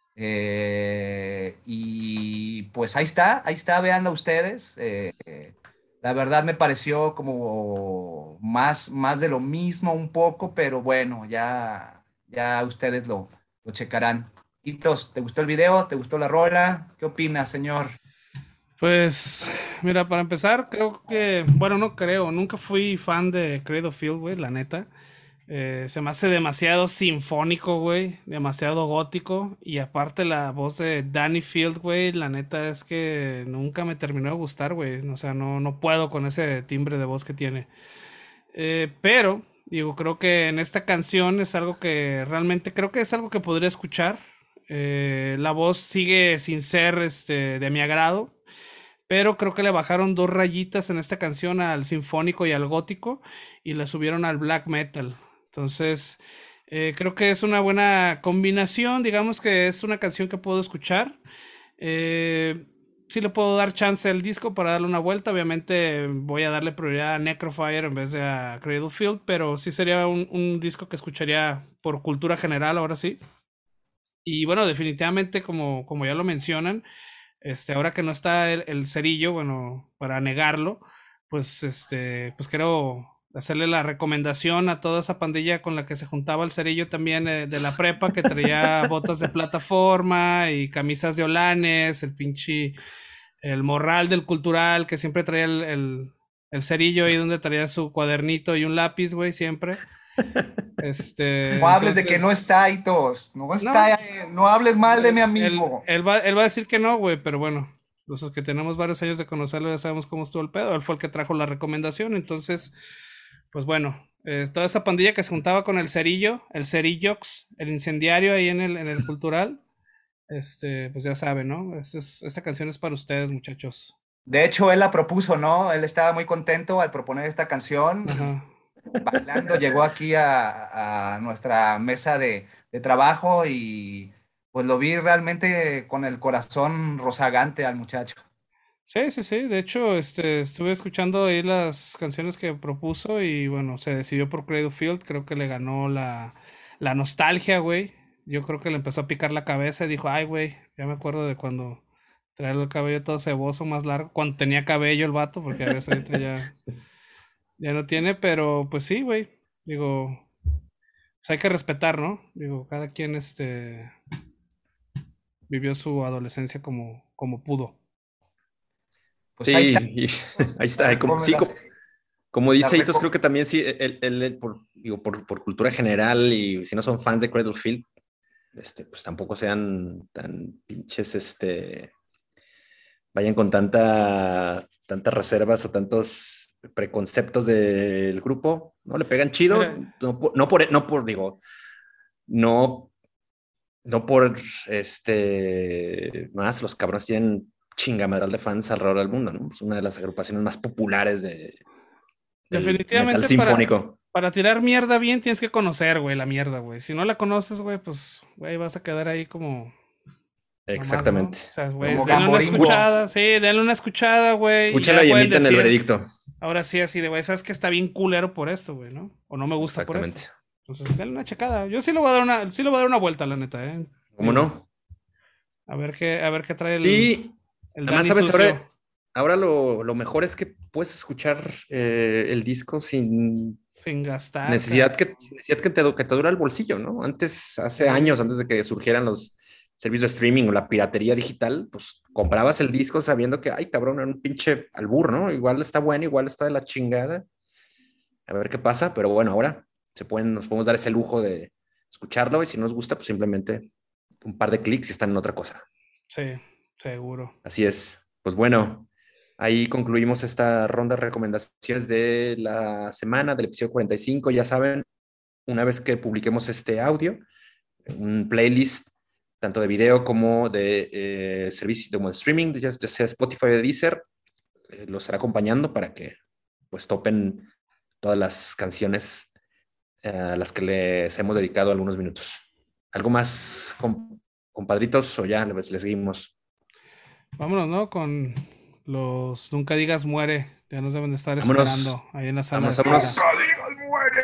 [SPEAKER 3] Y pues ahí está, véanlo ustedes. La verdad me pareció como más de lo mismo un poco, pero bueno, ya ustedes lo checarán. Hitos, ¿te gustó el video? ¿Te gustó la rola? ¿Qué opinas, señor?
[SPEAKER 2] Pues, mira, para empezar, creo que, bueno, no creo, nunca fui fan de Cradle of Field, güey, la neta. Se me hace demasiado sinfónico, güey, demasiado gótico. Y aparte la voz de Danny Field, güey, la neta es que nunca me terminó de gustar, güey. O sea, no puedo con ese timbre de voz que tiene. Pero, digo, creo que en esta canción es algo que realmente creo que es algo que podría escuchar. La voz sigue sin ser de mi agrado, pero creo que le bajaron dos rayitas en esta canción al sinfónico y al gótico y le subieron al black metal. Entonces, creo que es una buena combinación, digamos que es una canción que puedo escuchar. Sí le puedo dar chance al disco para darle una vuelta. Obviamente voy a darle prioridad a Necrofire en vez de a Cradlefield, pero sí sería un disco que escucharía por cultura general, ahora sí. Y bueno, definitivamente, como ya lo mencionan, ahora que no está el cerillo, bueno, para negarlo, pues pues quiero hacerle la recomendación a toda esa pandilla con la que se juntaba el cerillo también, de la prepa, que traía botas de plataforma y camisas de holanes, el morral del cultural, que siempre traía el cerillo ahí donde traía su cuadernito y un lápiz, güey, siempre.
[SPEAKER 3] No hables de que no
[SPEAKER 2] Entonces,
[SPEAKER 3] está, Hitos. No
[SPEAKER 2] no,
[SPEAKER 3] está, no hables mal de mi
[SPEAKER 2] él,
[SPEAKER 3] amigo.
[SPEAKER 2] él va a decir que no, güey, pero bueno, los que tenemos varios años de conocerlo ya sabemos cómo estuvo el pedo. Él fue el que trajo la recomendación, entonces, pues bueno, Toda esa pandilla que se juntaba con el Cerillo, el Cerillox, el incendiario ahí en el cultural. Pues ya saben, ¿no? Esta canción es para ustedes, muchachos.
[SPEAKER 3] De hecho, él la propuso, ¿no? Él estaba muy contento al proponer esta canción.
[SPEAKER 2] Ajá.
[SPEAKER 3] Bailando, llegó aquí a nuestra mesa de trabajo y pues lo vi realmente con el corazón rozagante al muchacho.
[SPEAKER 2] Sí, sí, sí. De hecho, estuve escuchando ahí las canciones que propuso y bueno, se decidió por Cradle Field. Creo que le ganó la nostalgia, güey. Yo creo que le empezó a picar la cabeza y dijo, ay, güey, ya me acuerdo de cuando traía el cabello todo ceboso, más largo, cuando tenía cabello el vato, porque a veces ahorita ya no tiene, pero pues sí, güey. Digo, pues hay que respetar, ¿no? Digo, cada quien vivió su adolescencia como pudo.
[SPEAKER 3] Pues ahí está.
[SPEAKER 1] Sí, y ahí está. Sí,
[SPEAKER 3] Recomendación.
[SPEAKER 1] como
[SPEAKER 3] La
[SPEAKER 1] dice Hitos, creo
[SPEAKER 3] reco-
[SPEAKER 1] que también sí, por cultura general y si no son fans de Cradlefield, pues tampoco sean tan pinches, vayan con tantas reservas o tantos preconceptos del grupo, ¿no? Le pegan chido,
[SPEAKER 2] Mira,
[SPEAKER 1] digo, no, no por, más los cabrones tienen chingamadral de fans alrededor del mundo, ¿no? Es una de las agrupaciones más populares del metal
[SPEAKER 2] definitivamente
[SPEAKER 1] sinfónico.
[SPEAKER 2] para tirar mierda bien tienes que conocer, güey, la mierda, güey. Si no la conoces, güey, pues, güey, vas a quedar ahí como nomás, ¿no? O
[SPEAKER 1] Exactamente.
[SPEAKER 2] sea, güey,
[SPEAKER 3] Como
[SPEAKER 1] Pues,
[SPEAKER 2] denle una
[SPEAKER 3] Gamborimbo.
[SPEAKER 2] escuchada, sí, denle una escuchada, güey, y
[SPEAKER 1] escúchala
[SPEAKER 2] ya
[SPEAKER 1] y
[SPEAKER 2] pueden
[SPEAKER 1] emiten el
[SPEAKER 2] decir,
[SPEAKER 1] veredicto.
[SPEAKER 2] ahora sí, así de, güey, sabes que está bien culero por esto, güey, ¿no? O no me gusta por esto.
[SPEAKER 1] Exactamente.
[SPEAKER 2] Entonces, denle una checada. Yo sí le voy a dar sí le voy a dar una vuelta, la neta, ¿eh?
[SPEAKER 1] ¿Cómo
[SPEAKER 2] Digo,
[SPEAKER 1] no?
[SPEAKER 2] a ver qué trae
[SPEAKER 1] Sí,
[SPEAKER 2] el
[SPEAKER 1] además,
[SPEAKER 2] Dani
[SPEAKER 1] sabes,
[SPEAKER 2] sucio,
[SPEAKER 1] ahora lo mejor es que puedes escuchar el disco
[SPEAKER 2] sin gastar, cabrón.
[SPEAKER 1] sin necesidad que te dura el bolsillo, ¿no? Antes, hace
[SPEAKER 2] Sí.
[SPEAKER 1] años, antes de que surgieran los servicios de streaming o la piratería digital, pues comprabas el disco sabiendo que, ay, cabrón, era un pinche albur, ¿no? Igual está bueno, igual está de la chingada. A ver qué pasa, pero bueno, ahora nos podemos dar ese lujo de escucharlo y si nos gusta, pues simplemente un par de clics y están en otra cosa.
[SPEAKER 2] Sí, seguro.
[SPEAKER 1] Así es. Pues bueno, ahí concluimos esta ronda de recomendaciones de la semana del episodio 45. Ya saben, una vez que publiquemos este audio, un playlist tanto de video como de servicio, como de streaming, ya sea Spotify o de Deezer, los estará acompañando para que pues topen todas las canciones a las que les hemos dedicado algunos minutos. ¿Algo más, compadritos, o ya les seguimos?
[SPEAKER 2] Vámonos, ¿no? Con los Nunca digas muere. Ya nos deben de estar
[SPEAKER 1] Vámonos,
[SPEAKER 2] esperando ahí en la sala de
[SPEAKER 1] vámonos,
[SPEAKER 2] espera.
[SPEAKER 1] vámonos.
[SPEAKER 3] ¡Nunca digas muere!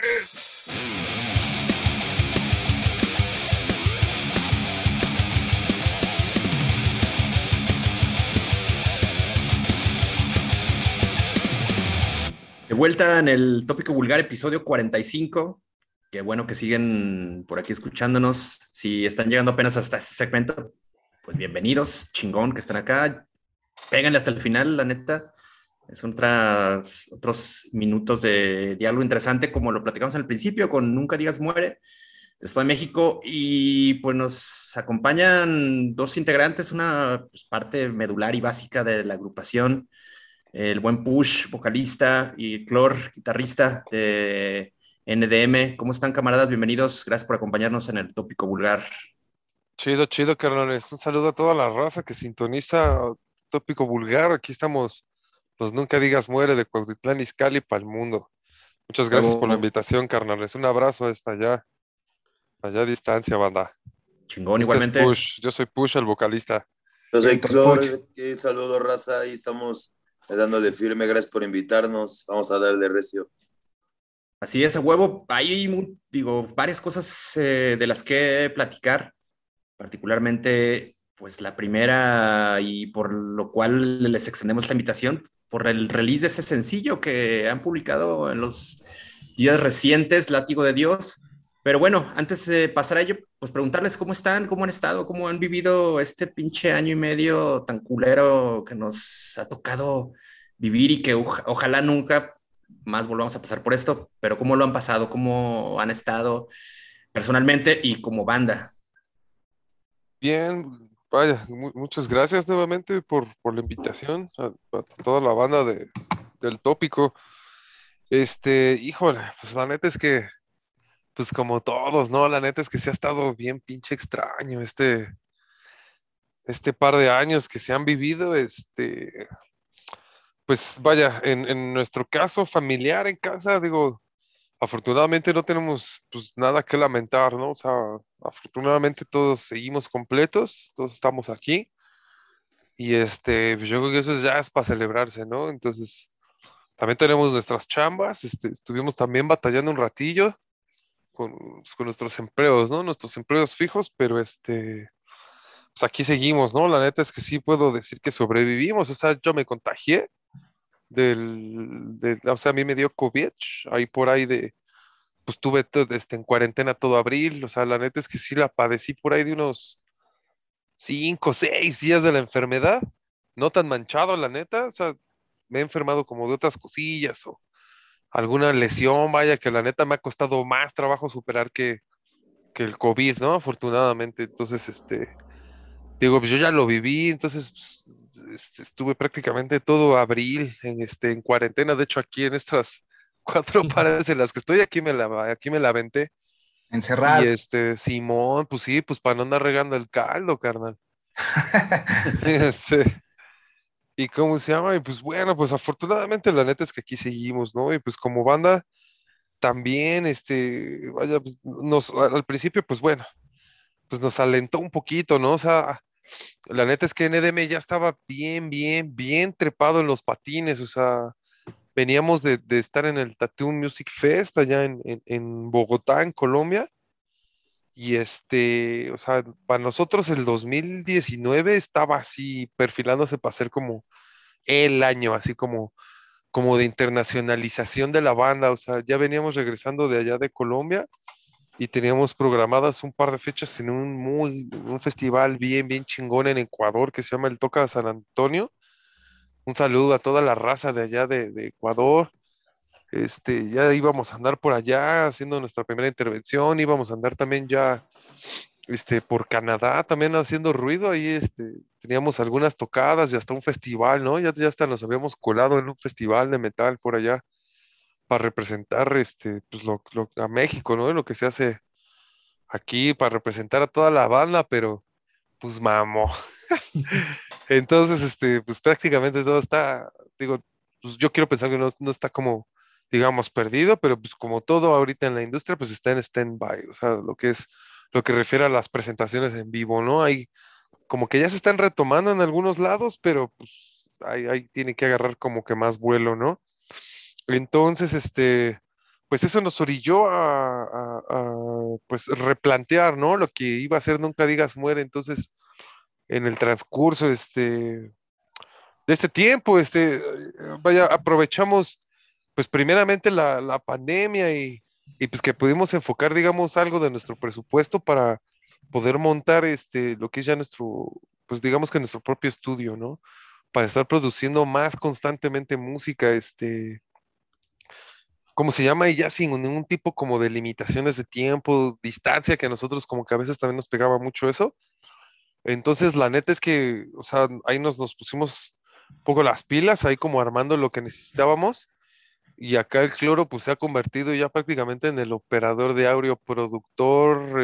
[SPEAKER 1] De vuelta en el Tópico Vulgar, episodio 45. Qué bueno que siguen por aquí escuchándonos. Si están llegando apenas hasta este segmento, pues bienvenidos, chingón que están acá. Péganle hasta el final, la neta. Son otros minutos de diálogo interesante, como lo platicamos al principio, con Nunca Digas Muere, Estado de México. Y pues nos acompañan dos integrantes, una pues, parte medular y básica de la agrupación, el buen Push, vocalista, y Clor, guitarrista de NDM. ¿Cómo están, camaradas? Bienvenidos. Gracias por acompañarnos en el Tópico Vulgar.
[SPEAKER 4] Chido, chido, carnales. Un saludo a toda la raza que sintoniza Tópico Vulgar. Aquí estamos, los Nunca Digas Muere de Cuautitlán Izcalli para el mundo. Muchas gracias por la
[SPEAKER 1] Luego,
[SPEAKER 4] invitación, carnales. Un abrazo hasta allá a distancia, banda.
[SPEAKER 1] chingón,
[SPEAKER 4] Este es
[SPEAKER 1] igualmente.
[SPEAKER 4] Push, yo soy Push, el vocalista.
[SPEAKER 5] Yo soy
[SPEAKER 3] Vientos, Puch.
[SPEAKER 5] Clor, saludo raza, ahí estamos dando de firme, gracias por invitarnos, vamos a darle recio.
[SPEAKER 1] Así es, a huevo. Hay, digo, varias cosas de las que platicar, particularmente, pues la primera y por lo cual les extendemos la invitación, por el release de ese sencillo que han publicado en los días recientes, Látigo de Dios. Pero bueno, antes de pasar a ello, pues preguntarles cómo están, cómo han estado, cómo han vivido este pinche año y medio tan culero que nos ha tocado vivir y que ojalá nunca más volvamos a pasar por esto, pero cómo lo han pasado, cómo han estado personalmente y como banda.
[SPEAKER 4] Bien, vaya, muchas gracias nuevamente por la invitación a toda la banda del Tópico. Híjole, pues la neta es que, pues como todos, ¿no? La neta es que sí ha estado bien pinche extraño este par de años que se han vivido, pues vaya, en nuestro caso familiar en casa, digo, afortunadamente no tenemos pues nada que lamentar, ¿no? O sea, afortunadamente todos seguimos completos, todos estamos aquí y pues yo creo que eso ya es para celebrarse, ¿no? Entonces, también tenemos nuestras chambas, estuvimos también batallando un ratillo con nuestros empleos, ¿no? Nuestros empleos fijos, pero pues aquí seguimos, ¿no? La neta es que sí puedo decir que sobrevivimos, o sea, yo me contagié o sea, a mí me dio COVID, ahí por ahí pues estuve en cuarentena todo abril, o sea, la neta es que sí la padecí por ahí de unos 5 o 6 días de la enfermedad, no tan manchado, la neta, o sea, me he enfermado como de otras cosillas o alguna lesión, vaya, que la neta me ha costado más trabajo superar que el COVID, ¿no? Afortunadamente, entonces, digo, pues yo ya lo viví, entonces, pues, estuve prácticamente todo abril en cuarentena, de hecho, aquí en estas 4 paredes en las que estoy, aquí me la aventé. Y
[SPEAKER 3] Encerrado.
[SPEAKER 4] Simón, pues sí, pues para no andar regando el caldo, carnal. Este, y cómo se llama, y pues bueno, pues afortunadamente la neta es que aquí seguimos, ¿no? Y pues como banda, también, vaya, pues, al principio, pues bueno, pues nos alentó un poquito, ¿no? O sea, la neta es que NDM ya estaba bien, bien, bien trepado en los patines, o sea, veníamos de estar en el Tattoo Music Fest allá en Bogotá, en Colombia. Y o sea, para nosotros el 2019 estaba así perfilándose para ser como el año, así como de internacionalización de la banda. O sea, ya veníamos regresando de allá de Colombia y teníamos programadas un par de fechas en un festival bien, bien chingón en Ecuador que se llama el Toca San Antonio. Un saludo a toda la raza de allá de Ecuador. Ya íbamos a andar por allá haciendo nuestra primera intervención, íbamos a andar también ya por Canadá también haciendo ruido, ahí teníamos algunas tocadas y hasta un festival, ¿no? Ya hasta nos habíamos colado en un festival de metal por allá para representar pues a México, ¿no? Lo que se hace aquí para representar a toda la banda, pero pues mamó. Entonces, pues prácticamente todo está, digo, pues yo quiero pensar que no está como, digamos, perdido, pero pues como todo ahorita en la industria, pues está en stand-by, o sea, lo que refiere a las presentaciones en vivo, ¿no? Hay como que ya se están retomando en algunos lados, pero pues ahí tiene que agarrar como que más vuelo, ¿no? Entonces, pues eso nos orilló pues replantear, ¿no? Lo que iba a ser Nunca Digas Muere, entonces en el transcurso, de este tiempo, vaya, aprovechamos, pues primeramente la pandemia y pues que pudimos enfocar, digamos, algo de nuestro presupuesto para poder montar, lo que es ya pues digamos que nuestro propio estudio, ¿no? Para estar produciendo más constantemente música, ¿cómo se llama? Y ya sin ningún tipo como de limitaciones de tiempo, distancia, que a nosotros como que a veces también nos pegaba mucho eso. Entonces, la neta es que, o sea, ahí nos pusimos un poco las pilas, ahí como armando lo que necesitábamos. Y acá el Cloro pues se ha convertido ya prácticamente en el operador de audio, productor,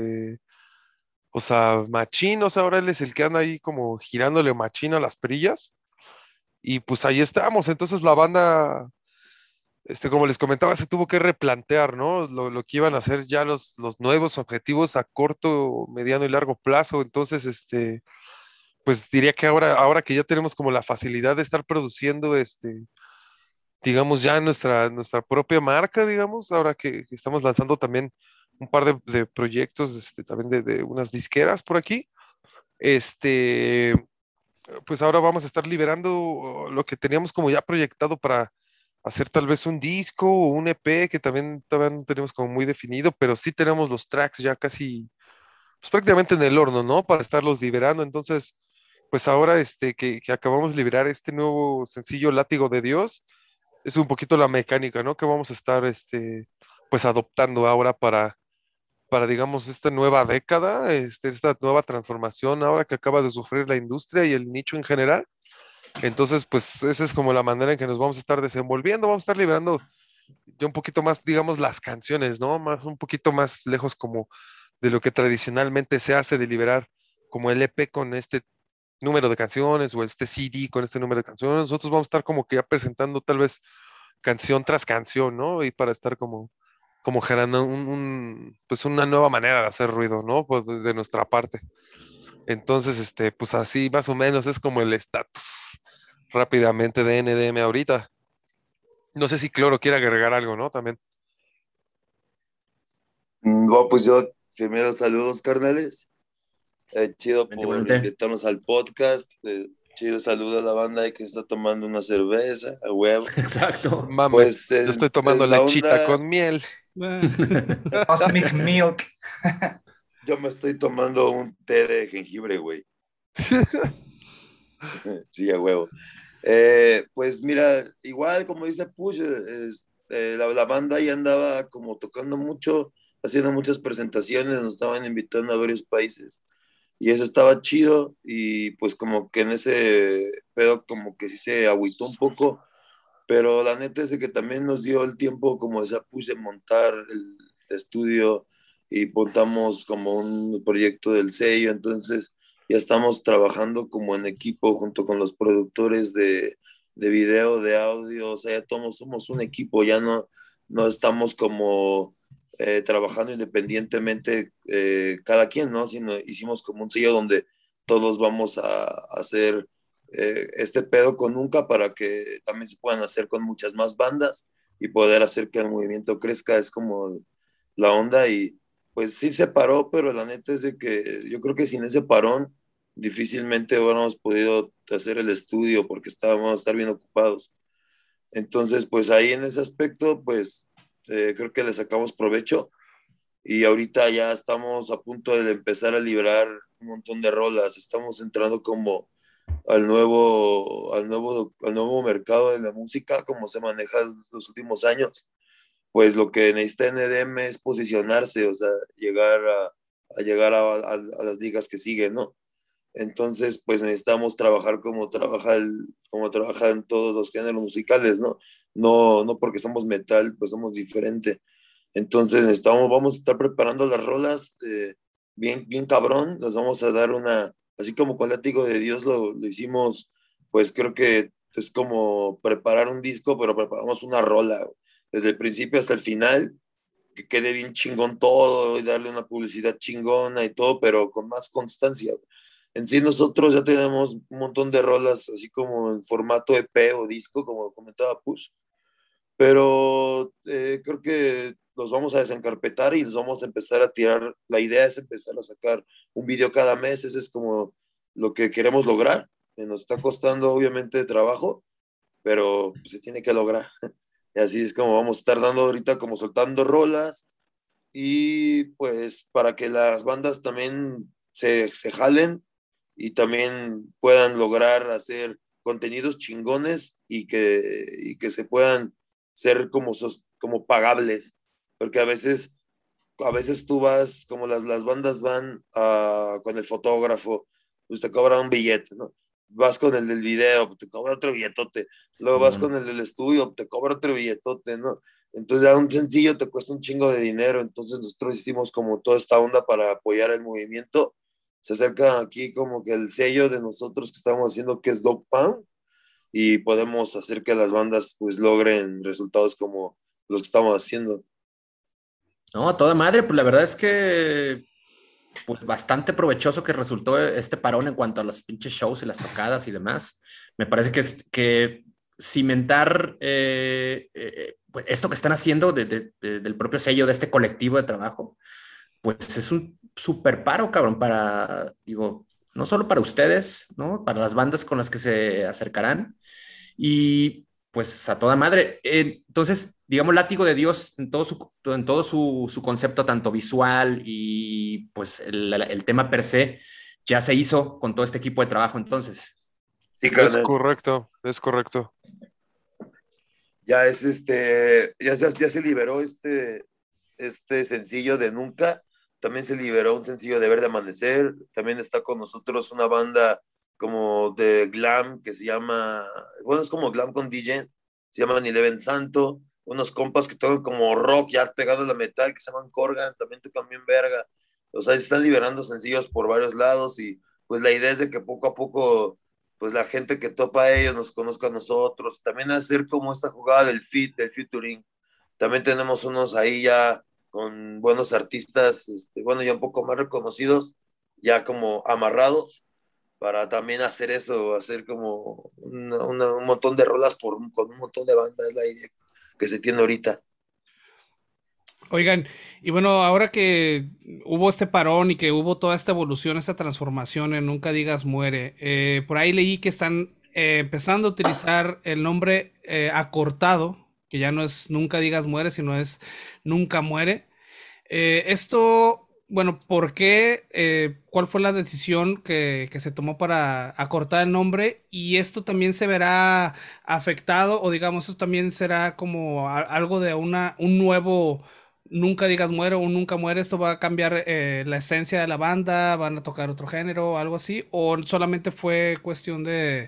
[SPEAKER 4] o sea, machín, o sea, ahora él es el que anda ahí como girándole machín a las perillas. Y pues ahí estamos. Entonces la banda, como les comentaba, se tuvo que replantear, ¿no? Lo que iban a hacer ya los nuevos objetivos a corto, mediano y largo plazo. Entonces, pues diría que ahora que ya tenemos como la facilidad de estar produciendo, digamos, ya nuestra propia marca, digamos, ahora que estamos lanzando también un par de proyectos, también de unas disqueras por aquí, este, pues ahora vamos a estar liberando lo que teníamos como ya proyectado para hacer tal vez un disco o un EP que también todavía no tenemos como muy definido, pero sí tenemos los tracks ya casi pues prácticamente en el horno, ¿no? Para estarlos liberando. Entonces, pues ahora que acabamos de liberar este nuevo sencillo Látigo de Dios, es un poquito la mecánica, ¿no? Que vamos a estar, pues adoptando ahora para, digamos, esta nueva década, esta nueva transformación ahora que acaba de sufrir la industria y el nicho en general. Entonces, pues esa es como la manera en que nos vamos a estar desenvolviendo, vamos a estar liberando ya un poquito más, digamos, las canciones, ¿no? Más, un poquito más lejos como de lo que tradicionalmente se hace de liberar como el EP con este número de canciones o este CD con este número de canciones. Nosotros vamos a estar como que ya presentando tal vez canción tras canción, ¿no? Y para estar como generando pues una nueva manera de hacer ruido, ¿no? Pues de nuestra parte. Entonces, pues así más o menos es como el estatus rápidamente de NDM ahorita. No sé si Cloro quiere agregar algo, ¿no? También.
[SPEAKER 5] Bueno, pues yo primero saludos, carnales. Chido por
[SPEAKER 1] Igualmente.
[SPEAKER 5] invitarnos al podcast. Chido saludo a la banda ahí que está tomando una cerveza, a huevo.
[SPEAKER 1] Exacto.
[SPEAKER 4] Mame,
[SPEAKER 5] Pues
[SPEAKER 4] yo estoy tomando
[SPEAKER 5] la
[SPEAKER 4] lechita
[SPEAKER 5] onda,
[SPEAKER 4] con miel.
[SPEAKER 2] Ah,
[SPEAKER 3] Cosmic Milk.
[SPEAKER 5] yo me estoy tomando un té de jengibre, güey. Sí, a huevo. Pues mira, igual como dice Push, la banda ya andaba como tocando mucho, haciendo muchas presentaciones, nos estaban invitando a varios países y eso estaba chido y pues como que en ese pedo como que sí se agüitó un poco, pero la neta es de que también nos dio el tiempo, como decía Push, de montar el estudio y montamos como un proyecto del sello, entonces ya estamos trabajando como en equipo junto con los productores de video, de audio, o sea, ya todos somos un equipo, ya no estamos como trabajando independientemente cada quien, ¿no? Sino hicimos como un sello donde todos vamos a hacer este pedo con Nunca para que también se puedan hacer con muchas más bandas y poder hacer que el movimiento crezca, es como la onda y pues sí se paró, pero la neta es de que yo creo que sin ese parón difícilmente hubiéramos podido hacer el estudio porque estábamos a estar bien ocupados. Entonces, pues ahí en ese aspecto, pues creo que le sacamos provecho y ahorita ya estamos a punto de empezar a liberar un montón de rolas, estamos entrando como al nuevo mercado de la música, como se maneja los últimos años, pues lo que necesita NDM es posicionarse, o sea, llegar a las ligas que siguen, ¿no? Entonces, pues necesitamos trabajar como trabajan todos los géneros musicales, ¿no? No porque somos metal, pues somos diferente. Entonces vamos a estar preparando las rolas bien cabrón, nos vamos a dar así como con Látigo de Dios lo hicimos, pues creo que es como preparar un disco, pero preparamos una rola, desde el principio hasta el final, que quede bien chingón todo y darle una publicidad chingona y todo, pero con más constancia. En sí nosotros ya tenemos un montón de rolas, así como en formato EP o disco, como comentaba Push, pero creo que los vamos a desencarpetar y los vamos a empezar a tirar. La idea es empezar a sacar un video cada mes, ese es como lo que queremos lograr. Nos está costando obviamente trabajo, pero pues, se tiene que lograr. Y así es como vamos a estar dando ahorita, como soltando rolas y pues para que las bandas también se jalen y también puedan lograr hacer contenidos chingones y que se puedan ser como pagables, porque a veces tú vas, como las bandas van con el fotógrafo, pues te cobra un billete, ¿no? Vas con el del video, te cobra otro billetote, luego vas
[SPEAKER 1] Simón.
[SPEAKER 5] con el del estudio, te cobra otro billetote, ¿no? Entonces ya un sencillo te cuesta un chingo de dinero, entonces nosotros hicimos como toda esta onda para apoyar el movimiento. Se acerca aquí como que el sello de nosotros que estamos haciendo, que es Dog Pound, y podemos hacer que las bandas pues logren resultados como los que estamos haciendo.
[SPEAKER 1] No, a toda madre, pues la verdad es que pues bastante provechoso que resultó este parón en cuanto a los pinches shows y las tocadas y demás. Me parece que cimentar pues esto que están haciendo del propio sello de este colectivo de trabajo, pues es un super paro, cabrón, para, digo, no solo para ustedes, ¿no? Para las bandas con las que se acercarán y pues a toda madre. Entonces, digamos, Látigo de Dios en todo su concepto, tanto visual y pues el tema per se, ya se hizo con todo este equipo de trabajo entonces.
[SPEAKER 5] Sí,
[SPEAKER 4] Es
[SPEAKER 5] carnal.
[SPEAKER 4] correcto, es correcto.
[SPEAKER 5] Ya es ya se liberó este sencillo de Nunca, también se liberó un sencillo de Verde Amanecer, también está con nosotros una banda como de glam que se llama, bueno, es como glam con DJ, se llama Eleven Santo, unos compas que tocan como rock ya pegado a la metal, que se llaman Corgan, también tocan bien verga. O sea, se están liberando sencillos por varios lados y pues la idea es de que poco a poco, pues la gente que topa a ellos nos conozca a nosotros. También hacer como esta jugada del featuring. También tenemos unos ahí ya con buenos artistas, bueno, ya un poco más reconocidos, ya como amarrados, para también hacer eso, hacer como un montón de rolas con un montón de bandas, es la idea que se tiene ahorita.
[SPEAKER 2] Oigan, y bueno, ahora que hubo este parón y que hubo toda esta evolución, esta transformación en Nunca Digas Muere, por ahí leí que están empezando a utilizar el nombre acortado, que ya no es Nunca Digas Muere, sino es Nunca Muere. Esto, bueno, ¿por qué? ¿Cuál fue la decisión que se tomó para acortar el nombre? Y esto también se verá afectado, o digamos, esto también será como algo de un nuevo Nunca Digas Muere o un Nunca Muere. ¿Esto va a cambiar la esencia de la banda? ¿Van a tocar otro género o algo así? ¿O solamente fue cuestión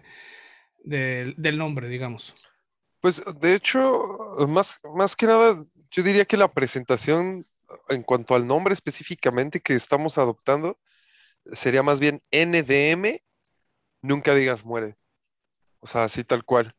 [SPEAKER 2] del nombre, digamos?
[SPEAKER 4] Pues de hecho, más que nada, yo diría que la presentación en cuanto al nombre específicamente que estamos adoptando sería más bien NDM, nunca digas muere. O sea, así tal cual.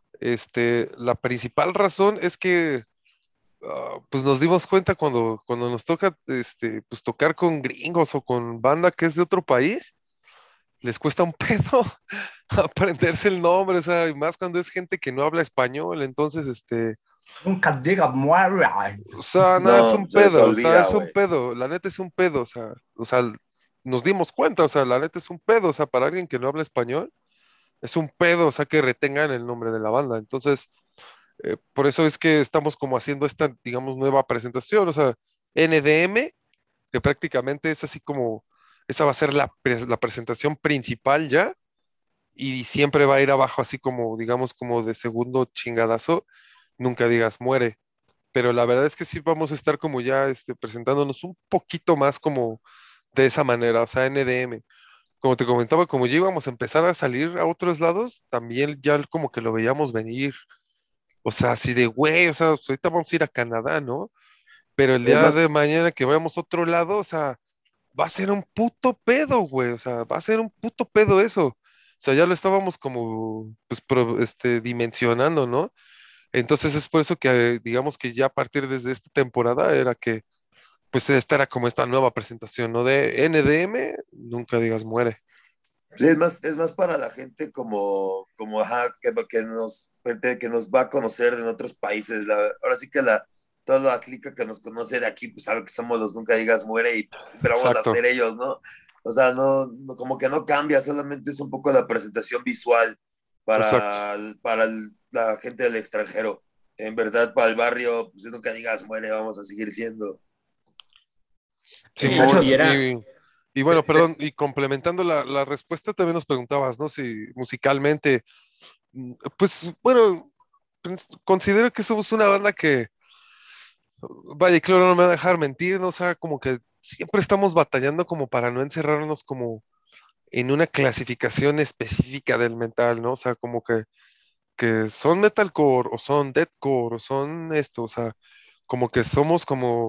[SPEAKER 4] La principal razón es que pues nos dimos cuenta cuando nos toca pues tocar con gringos o con banda que es de otro país, les cuesta un pedo aprenderse el nombre, o sea, y más cuando es gente que no habla español, entonces
[SPEAKER 3] Nunca diga muere.
[SPEAKER 4] o sea, no, es
[SPEAKER 5] No,
[SPEAKER 4] un
[SPEAKER 5] se les
[SPEAKER 4] pedo, o sea,
[SPEAKER 5] olvida,
[SPEAKER 4] es un
[SPEAKER 5] güey.
[SPEAKER 4] pedo, la neta es un pedo, o sea, nos dimos cuenta, o sea, la neta es un pedo, o sea, para alguien que no habla español, es un pedo, o sea, que retengan el nombre de la banda. Entonces, por eso es que estamos como haciendo esta, digamos, nueva presentación, o sea, NDM, que prácticamente es así como, esa va a ser la presentación principal ya, y siempre va a ir abajo así como, digamos, como de segundo chingadazo, nunca digas muere. Pero la verdad es que sí vamos a estar como ya presentándonos un poquito más como de esa manera, o sea, NDM. Como te comentaba, como ya íbamos a empezar a salir a otros lados, también ya como que lo veíamos venir. O sea, así de, güey, o sea, pues ahorita vamos a ir a Canadá, ¿no? Pero el
[SPEAKER 5] Es
[SPEAKER 4] día
[SPEAKER 5] más,
[SPEAKER 4] de mañana que vayamos a otro lado, o sea, va a ser un puto pedo, güey. O sea, va a ser un puto pedo eso. O sea, ya lo estábamos como, pues, dimensionando, ¿no? Entonces es por eso que, digamos que ya a partir desde esta temporada era que, pues, esta era como esta nueva presentación, ¿no? De NDM, nunca digas muere.
[SPEAKER 5] sí, es más para la gente ajá, que nos va a conocer en otros países. Ahora sí que toda la clica que nos conoce de aquí, pues sabe que somos los Nunca Digas Muere y pues, siempre vamos a
[SPEAKER 4] Exacto,
[SPEAKER 5] ser ellos, ¿no? O sea, como que no cambia, solamente es un poco la presentación visual
[SPEAKER 4] exacto.
[SPEAKER 5] para la gente del extranjero. En verdad, para el barrio, pues Nunca Digas Muere, vamos a seguir siendo.
[SPEAKER 4] Simón,
[SPEAKER 1] Y
[SPEAKER 3] Muchachos,
[SPEAKER 1] era,
[SPEAKER 4] y bueno, perdón, y complementando la respuesta, también nos preguntabas, ¿no? Si musicalmente, pues bueno, considero que somos una banda que, vaya, y claro, no me va a dejar mentir, ¿no? O sea, como que siempre estamos batallando como para no encerrarnos como en una clasificación específica del metal, ¿no? O sea, como que son metalcore o son deathcore o son esto, o sea, como que somos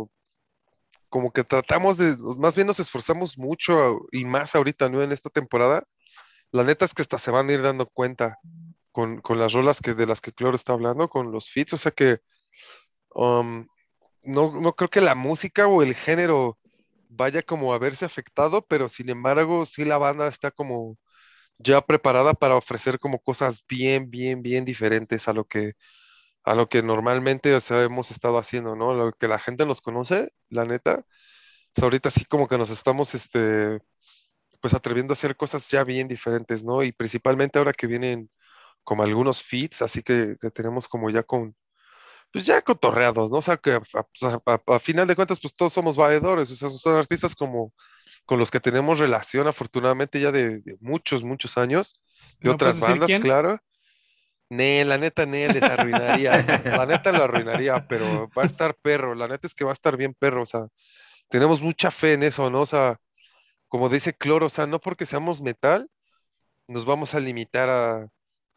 [SPEAKER 4] como que tratamos más bien nos esforzamos mucho y más ahorita, ¿no? En esta temporada. La neta es que hasta se van a ir dando cuenta con las rolas de las que Cloro está hablando, con los feats, o sea que um, no creo que la música o el género vaya como a verse afectado, pero sin embargo sí la banda está como ya preparada para ofrecer como cosas bien, bien, bien diferentes a lo que normalmente, o sea, hemos estado haciendo, ¿no? Lo que la gente nos conoce, la neta. O sea, ahorita sí como que nos estamos, pues atreviendo a hacer cosas ya bien diferentes, ¿no? Y principalmente ahora que vienen como algunos feats, así que tenemos como ya pues ya cotorreados, ¿no? O sea, que a final de cuentas, pues todos somos valedores, o sea, son artistas como con los que tenemos relación, afortunadamente ya de muchos, muchos años, de
[SPEAKER 2] ¿No puedes
[SPEAKER 4] otras
[SPEAKER 2] decir
[SPEAKER 4] bandas,
[SPEAKER 2] quién?
[SPEAKER 4] claro. La neta, les arruinaría, la neta lo arruinaría, pero va a estar perro, la neta es que va a estar bien perro, o sea, tenemos mucha fe en eso, ¿no? O sea, como dice Cloro, o sea, no porque seamos metal, nos vamos a limitar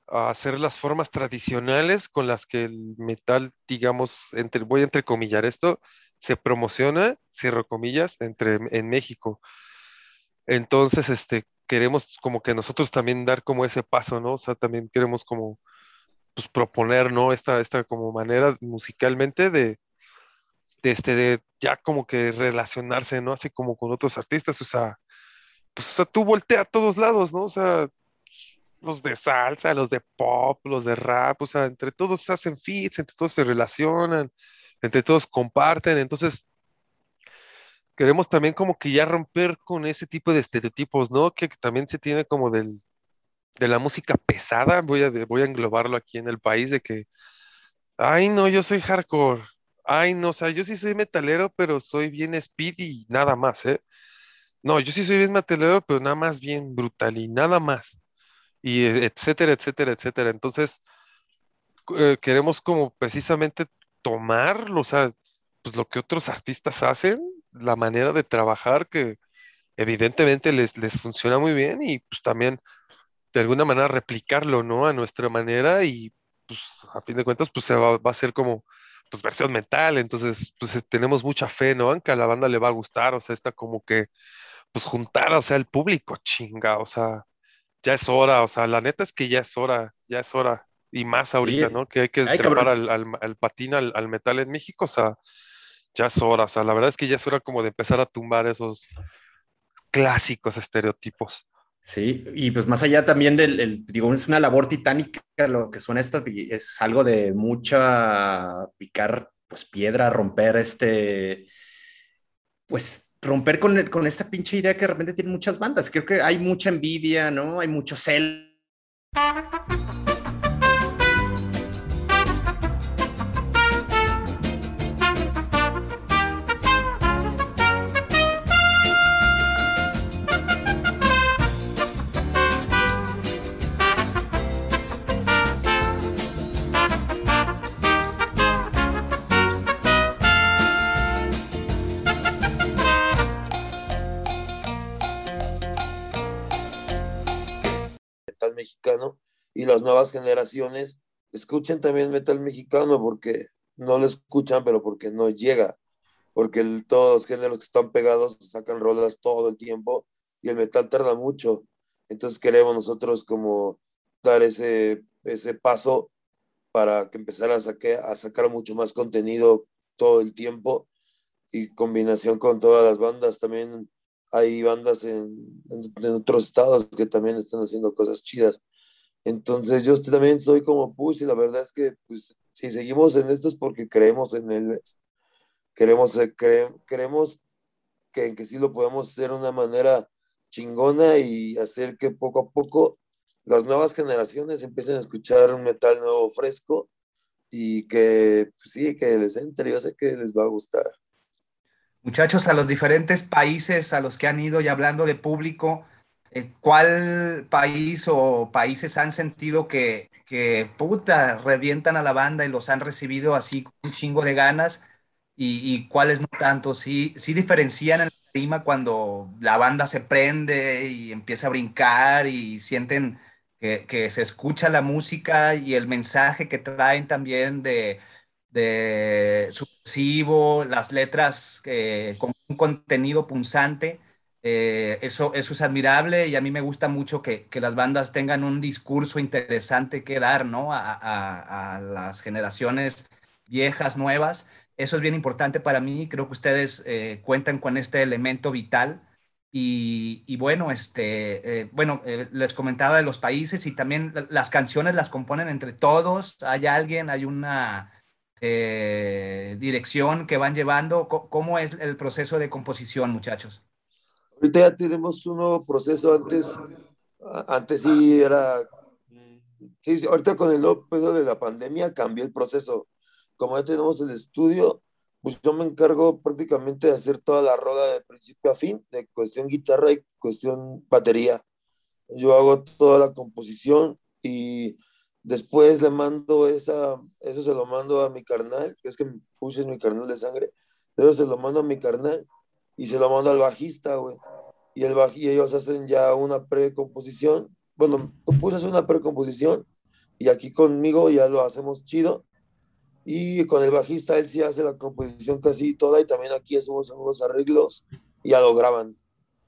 [SPEAKER 4] a hacer las formas tradicionales con las que el metal, digamos, voy a entrecomillar esto, se promociona, cierro comillas, en México. Entonces, queremos como que nosotros también dar como ese paso, ¿no? O sea, también queremos como, pues, proponer, ¿no? Esta como manera musicalmente de ya como que relacionarse, ¿no? Así como con otros artistas, o sea, pues, o sea, tú voltea a todos lados, ¿no? O sea, los de salsa, los de pop, los de rap, o sea, entre todos hacen feats, entre todos se relacionan, entre todos comparten, entonces queremos también como que ya romper con ese tipo de estereotipos, ¿no? Que también se tiene como de la música pesada, voy a englobarlo aquí en el país, de que, ay, no, yo soy hardcore, ay, no, o sea, yo sí soy metalero, pero soy bien speed y nada más, ¿eh? No, yo sí soy bien metalero, pero nada más bien brutal y nada más, y etcétera, etcétera, etcétera. Entonces, queremos como precisamente tomar, o sea, pues lo que otros artistas hacen, la manera de trabajar que evidentemente les funciona muy bien y pues también de alguna manera replicarlo, ¿no? A nuestra manera y pues a fin de cuentas pues va a ser como pues versión mental, entonces pues tenemos mucha fe, ¿no? Que a la banda le va a gustar, o sea, está como que pues juntar, o sea, el público, chinga, o sea, ya es hora, o sea, la neta es que ya es hora, y más
[SPEAKER 1] Sí,
[SPEAKER 4] ahorita, ¿no? Que hay que
[SPEAKER 1] ay,
[SPEAKER 4] trepar
[SPEAKER 1] cabrón.
[SPEAKER 4] al patín, al metal en México, o sea, ya es hora, o sea, la verdad es que ya es hora como de empezar a tumbar esos clásicos estereotipos.
[SPEAKER 1] Sí, y pues más allá también digo, es una labor titánica lo que son estas, y es algo de mucha picar, pues piedra, romper pues romper con esta pinche idea que de repente tienen muchas bandas. Creo que hay mucha envidia, ¿no? Hay mucho celo.
[SPEAKER 5] Metal mexicano y las nuevas generaciones escuchen también metal mexicano porque no lo escuchan, pero porque no llega, porque todos los géneros que están pegados sacan rolas todo el tiempo y el metal tarda mucho. Entonces queremos nosotros como dar ese paso para que empezar a sacar mucho más contenido todo el tiempo y combinación con todas las bandas. También hay bandas en otros estados que también están haciendo cosas chidas. Entonces yo también soy como Push y la verdad es que pues, si seguimos en esto es porque creemos en él, queremos que sí lo podemos hacer de una manera chingona y hacer que poco a poco las nuevas generaciones empiecen a escuchar un metal nuevo fresco y que pues, sí, que les entre, yo sé que les va a gustar.
[SPEAKER 3] Muchachos, a los diferentes países a los que han ido y hablando de público, ¿cuál país o países han sentido que puta, revientan a la banda y los han recibido así con un chingo de ganas? Y cuáles no tanto? Sí, sí diferencian en la tarima cuando la banda se prende y empieza a brincar y sienten que se escucha la música y el mensaje que traen también de subversivo, las letras con un contenido punzante. Eso es admirable y a mí me gusta mucho que las bandas tengan un discurso interesante que dar, ¿no? A las generaciones viejas, nuevas. Eso es bien importante para mí. Creo que ustedes cuentan con este elemento vital. Y bueno, les comentaba de los países y también las canciones las componen entre todos. Hay alguien, hay una dirección que van llevando. ¿Cómo es el proceso de composición, muchachos?
[SPEAKER 5] Ahorita ya tenemos un nuevo proceso, antes sí era, sí, sí, ahorita con el nuevo pedo de la pandemia cambió el proceso. Como ya tenemos el estudio, pues yo me encargo prácticamente de hacer toda la rola de principio a fin, de cuestión guitarra y cuestión batería. Yo hago toda la composición y después le mando eso se lo mando a mi carnal, que es que puse mi carnal de sangre, eso se lo mando a mi carnal y se lo mando al bajista, güey. Y ellos hacen ya una precomposición. Bueno, tú pusas una precomposición y aquí conmigo ya lo hacemos chido. Y con el bajista él sí hace la composición casi toda y también aquí hacemos algunos arreglos y ya lo graban.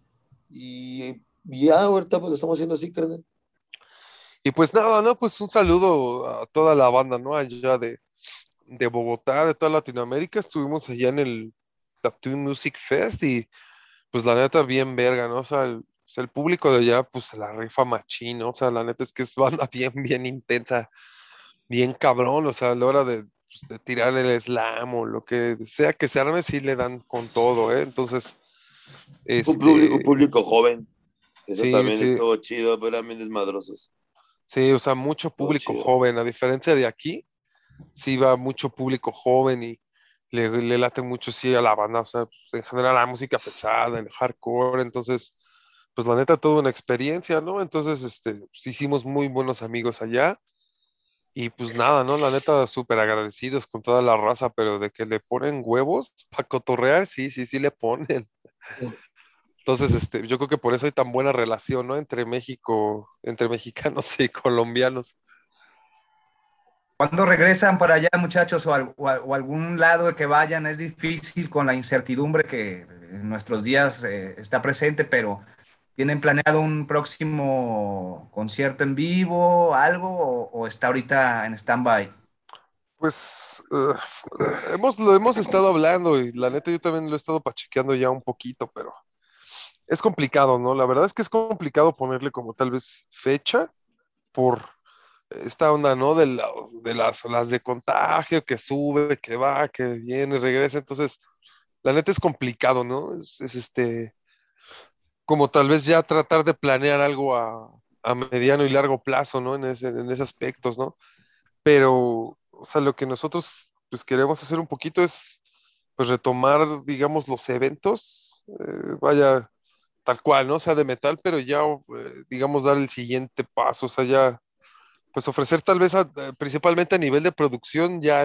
[SPEAKER 5] Y ya ahorita pues lo estamos haciendo así, carnal.
[SPEAKER 4] Y pues nada, ¿no? Pues un saludo a toda la banda, ¿no? Allá de Bogotá, de toda Latinoamérica. Estuvimos allá en el Tattoo Music Fest y pues la neta bien verga, ¿no? O sea, el público de allá pues se la rifa machín, ¿no? O sea, la neta es que es banda bien intensa, bien cabrón, o sea, a la hora de tirar el slam o lo que se arme, sí le dan con todo, ¿eh? Entonces,
[SPEAKER 5] Un
[SPEAKER 4] este,
[SPEAKER 5] público joven. Eso
[SPEAKER 4] sí,
[SPEAKER 5] también
[SPEAKER 4] sí,
[SPEAKER 5] estuvo chido, pero también desmadrosos.
[SPEAKER 4] sí, o sea, mucho
[SPEAKER 5] Estuvo
[SPEAKER 4] público
[SPEAKER 5] chido.
[SPEAKER 4] joven, a diferencia de aquí, sí va mucho público joven y le late mucho, sí, a la banda, o sea, pues, en general la música pesada, el hardcore, entonces, pues la neta, toda una experiencia, ¿no? Entonces, pues, hicimos muy buenos amigos allá. Y pues nada, ¿no? La neta, súper agradecidos con toda la raza, pero de que le ponen huevos para cotorrear, sí le ponen. Entonces, yo creo que por eso hay tan buena relación, ¿no? Entre México, entre mexicanos y colombianos.
[SPEAKER 3] ¿Cuándo regresan para allá, muchachos, o algún lado que vayan? Es difícil con la incertidumbre que en nuestros días está presente, pero ¿tienen planeado un próximo concierto en vivo, algo, o está ahorita en stand-by?
[SPEAKER 4] Pues lo hemos estado hablando y la neta yo también lo he estado pachequeando ya un poquito, pero es complicado, ¿no? La verdad es que es complicado ponerle como tal vez fecha por esta onda, ¿no? De las de contagio, que sube, que va, que viene, regresa. Entonces, la neta es complicado, ¿no? Como tal vez ya tratar de planear algo a mediano y largo plazo, ¿no? En ese aspectos, ¿no? Pero, o sea, lo que nosotros pues queremos hacer un poquito es pues retomar, digamos, los eventos, vaya, tal cual, ¿no? O sea, de metal, pero ya, digamos, dar el siguiente paso, o sea, ya pues ofrecer tal vez principalmente a nivel de producción ya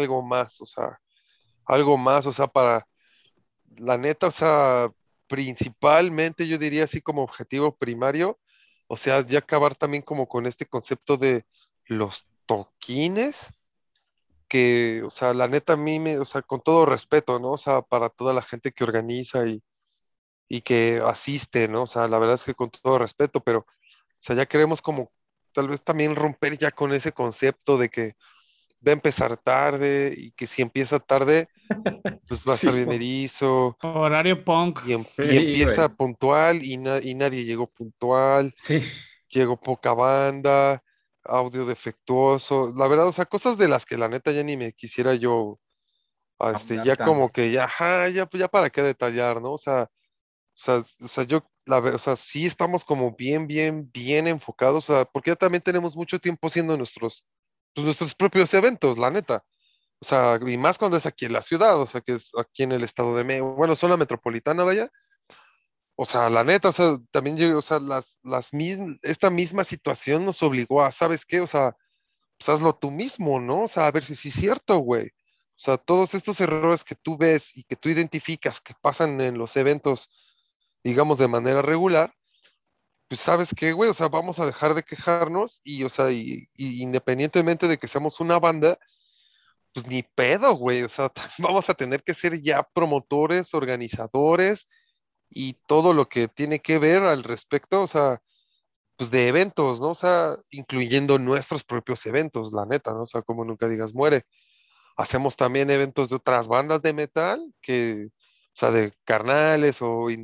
[SPEAKER 4] algo más, o sea, para la neta, o sea, principalmente yo diría así como objetivo primario, o sea, ya acabar también como con este concepto de los toquines, que, o sea, la neta a mí o sea, con todo respeto, ¿no? O sea, para toda la gente que organiza y que asiste, ¿no? O sea, la verdad es que con todo respeto, pero, o sea, ya queremos como tal vez también romper ya con ese concepto de que va a empezar tarde y que si empieza tarde, pues va a estar
[SPEAKER 1] Sí,
[SPEAKER 4] bien erizo
[SPEAKER 2] Horario punk.
[SPEAKER 4] y
[SPEAKER 1] sí,
[SPEAKER 4] empieza
[SPEAKER 1] güey.
[SPEAKER 4] puntual y nadie llegó puntual,
[SPEAKER 1] Sí,
[SPEAKER 4] llegó poca banda, audio defectuoso, la verdad, o sea, cosas de las que la neta ya ni me quisiera yo,
[SPEAKER 3] Ahondar
[SPEAKER 4] ya
[SPEAKER 3] tanto.
[SPEAKER 4] como que ya, ajá, ya para qué detallar, ¿no? O sea, yo, o sea, sí estamos como bien enfocados, o sea, porque ya también tenemos mucho tiempo haciendo pues, nuestros propios eventos, la neta. O sea, y más cuando es aquí en la ciudad, o sea, que es aquí en el estado de México, bueno, zona metropolitana, vaya. O sea, la neta, o sea, también yo, o sea, esta misma situación nos obligó a, ¿sabes qué? O sea, pues hazlo tú mismo, ¿no? O sea, a ver si sí es cierto, güey. O sea, todos estos errores que tú ves y que tú identificas que pasan en los eventos, digamos, de manera regular, pues sabes qué, güey, o sea, vamos a dejar de quejarnos y, o sea, y independientemente de que seamos una banda, pues ni pedo, güey. O sea, vamos a tener que ser ya promotores, organizadores y todo lo que tiene que ver al respecto, o sea, pues de eventos, ¿no? O sea, incluyendo nuestros propios eventos, la neta, ¿no? O sea, como nunca digas muere. Hacemos también eventos de otras bandas de metal o sea, de carnales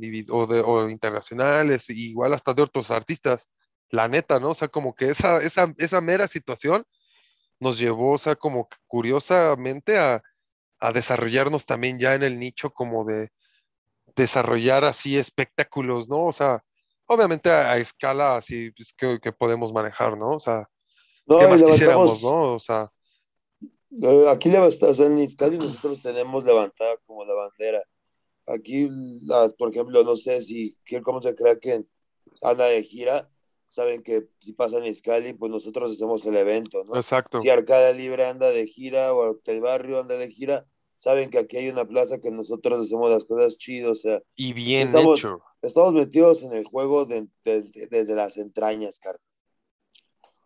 [SPEAKER 4] o internacionales, igual hasta de otros artistas, la neta, ¿no? O sea, como que esa mera situación nos llevó, o sea, como que curiosamente a desarrollarnos también ya en el nicho como de desarrollar así espectáculos, ¿no? O sea, obviamente a escala así pues, que podemos manejar, ¿no? O sea, pues, ¿qué
[SPEAKER 5] No, y
[SPEAKER 4] más quisiéramos,
[SPEAKER 5] levantamos,
[SPEAKER 4] no? O sea,
[SPEAKER 5] aquí levantamos, o sea, en Izcali nosotros tenemos levantada como la bandera. Aquí, por ejemplo, no sé si, cómo se crea que anda de gira, saben que si pasa en Izcali, pues nosotros hacemos el evento, ¿no? Si
[SPEAKER 4] exacto.
[SPEAKER 5] Arcada Libre anda de gira o el barrio anda de gira, saben que aquí hay una plaza que nosotros hacemos las cosas chidas, o sea,
[SPEAKER 4] Y bien
[SPEAKER 5] estamos,
[SPEAKER 4] hecho.
[SPEAKER 5] estamos metidos en el juego desde las entrañas, carnal.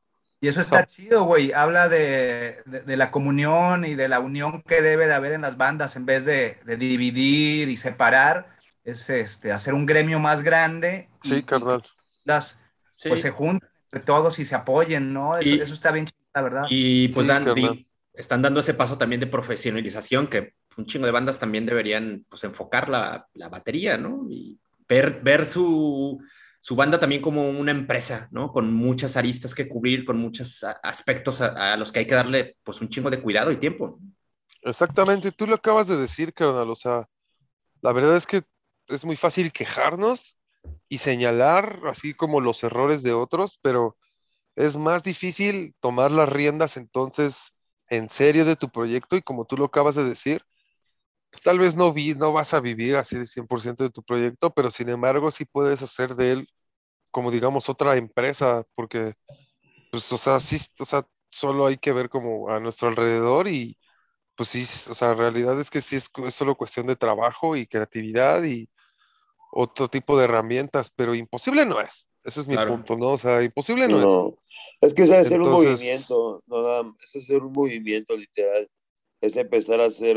[SPEAKER 3] Y eso
[SPEAKER 4] O sea,
[SPEAKER 3] está chido, güey. Habla de la comunión y de la unión que debe de haber en las bandas en vez de dividir y separar. Es hacer un gremio más grande
[SPEAKER 4] sí,
[SPEAKER 3] y que
[SPEAKER 4] carnal.
[SPEAKER 3] las pues se
[SPEAKER 1] Sí,
[SPEAKER 3] junten entre todos y se apoyen, ¿no? Eso
[SPEAKER 1] y,
[SPEAKER 3] está bien chido, la verdad.
[SPEAKER 1] y pues
[SPEAKER 4] Sí, carnal.
[SPEAKER 1] están dando ese paso también de profesionalización que un chingo de bandas también deberían pues enfocar la batería, ¿no? Y ver su banda también como una empresa, ¿no? Con muchas aristas que cubrir, con muchos aspectos a los que hay que darle pues un chingo de cuidado y tiempo.
[SPEAKER 4] Exactamente, tú lo acabas de decir, carnal. O sea, la verdad es que es muy fácil quejarnos y señalar así como los errores de otros, pero es más difícil tomar las riendas entonces en serio de tu proyecto y como tú lo acabas de decir, tal vez no vas a vivir así de 100% de tu proyecto, pero sin embargo sí puedes hacer de él como digamos otra empresa, porque pues o sea, sí, o sea, solo hay que ver como a nuestro alrededor y pues sí, o sea, la realidad es que sí es solo cuestión de trabajo y creatividad y otro tipo de herramientas, pero imposible no es. Ese es mi
[SPEAKER 1] Claro,
[SPEAKER 4] punto, ¿no? O sea, imposible no es.
[SPEAKER 5] No, es que es hacer un
[SPEAKER 4] Entonces,
[SPEAKER 5] movimiento, no nada, es hacer un movimiento literal, es empezar a hacer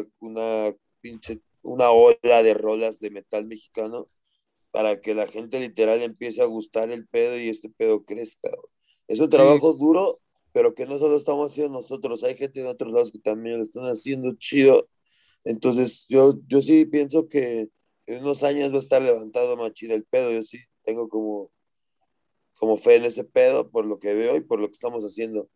[SPEAKER 5] una ola de rolas de metal mexicano para que la gente literal empiece a gustar el pedo y este pedo crezca. Es un
[SPEAKER 4] sí,
[SPEAKER 5] trabajo duro, pero que no solo estamos haciendo nosotros, hay gente de otros lados que también lo están haciendo chido. Entonces, yo sí pienso que en unos años va a estar levantado más chido el pedo. Yo sí tengo como fe en ese pedo por lo que veo y por lo que estamos haciendo.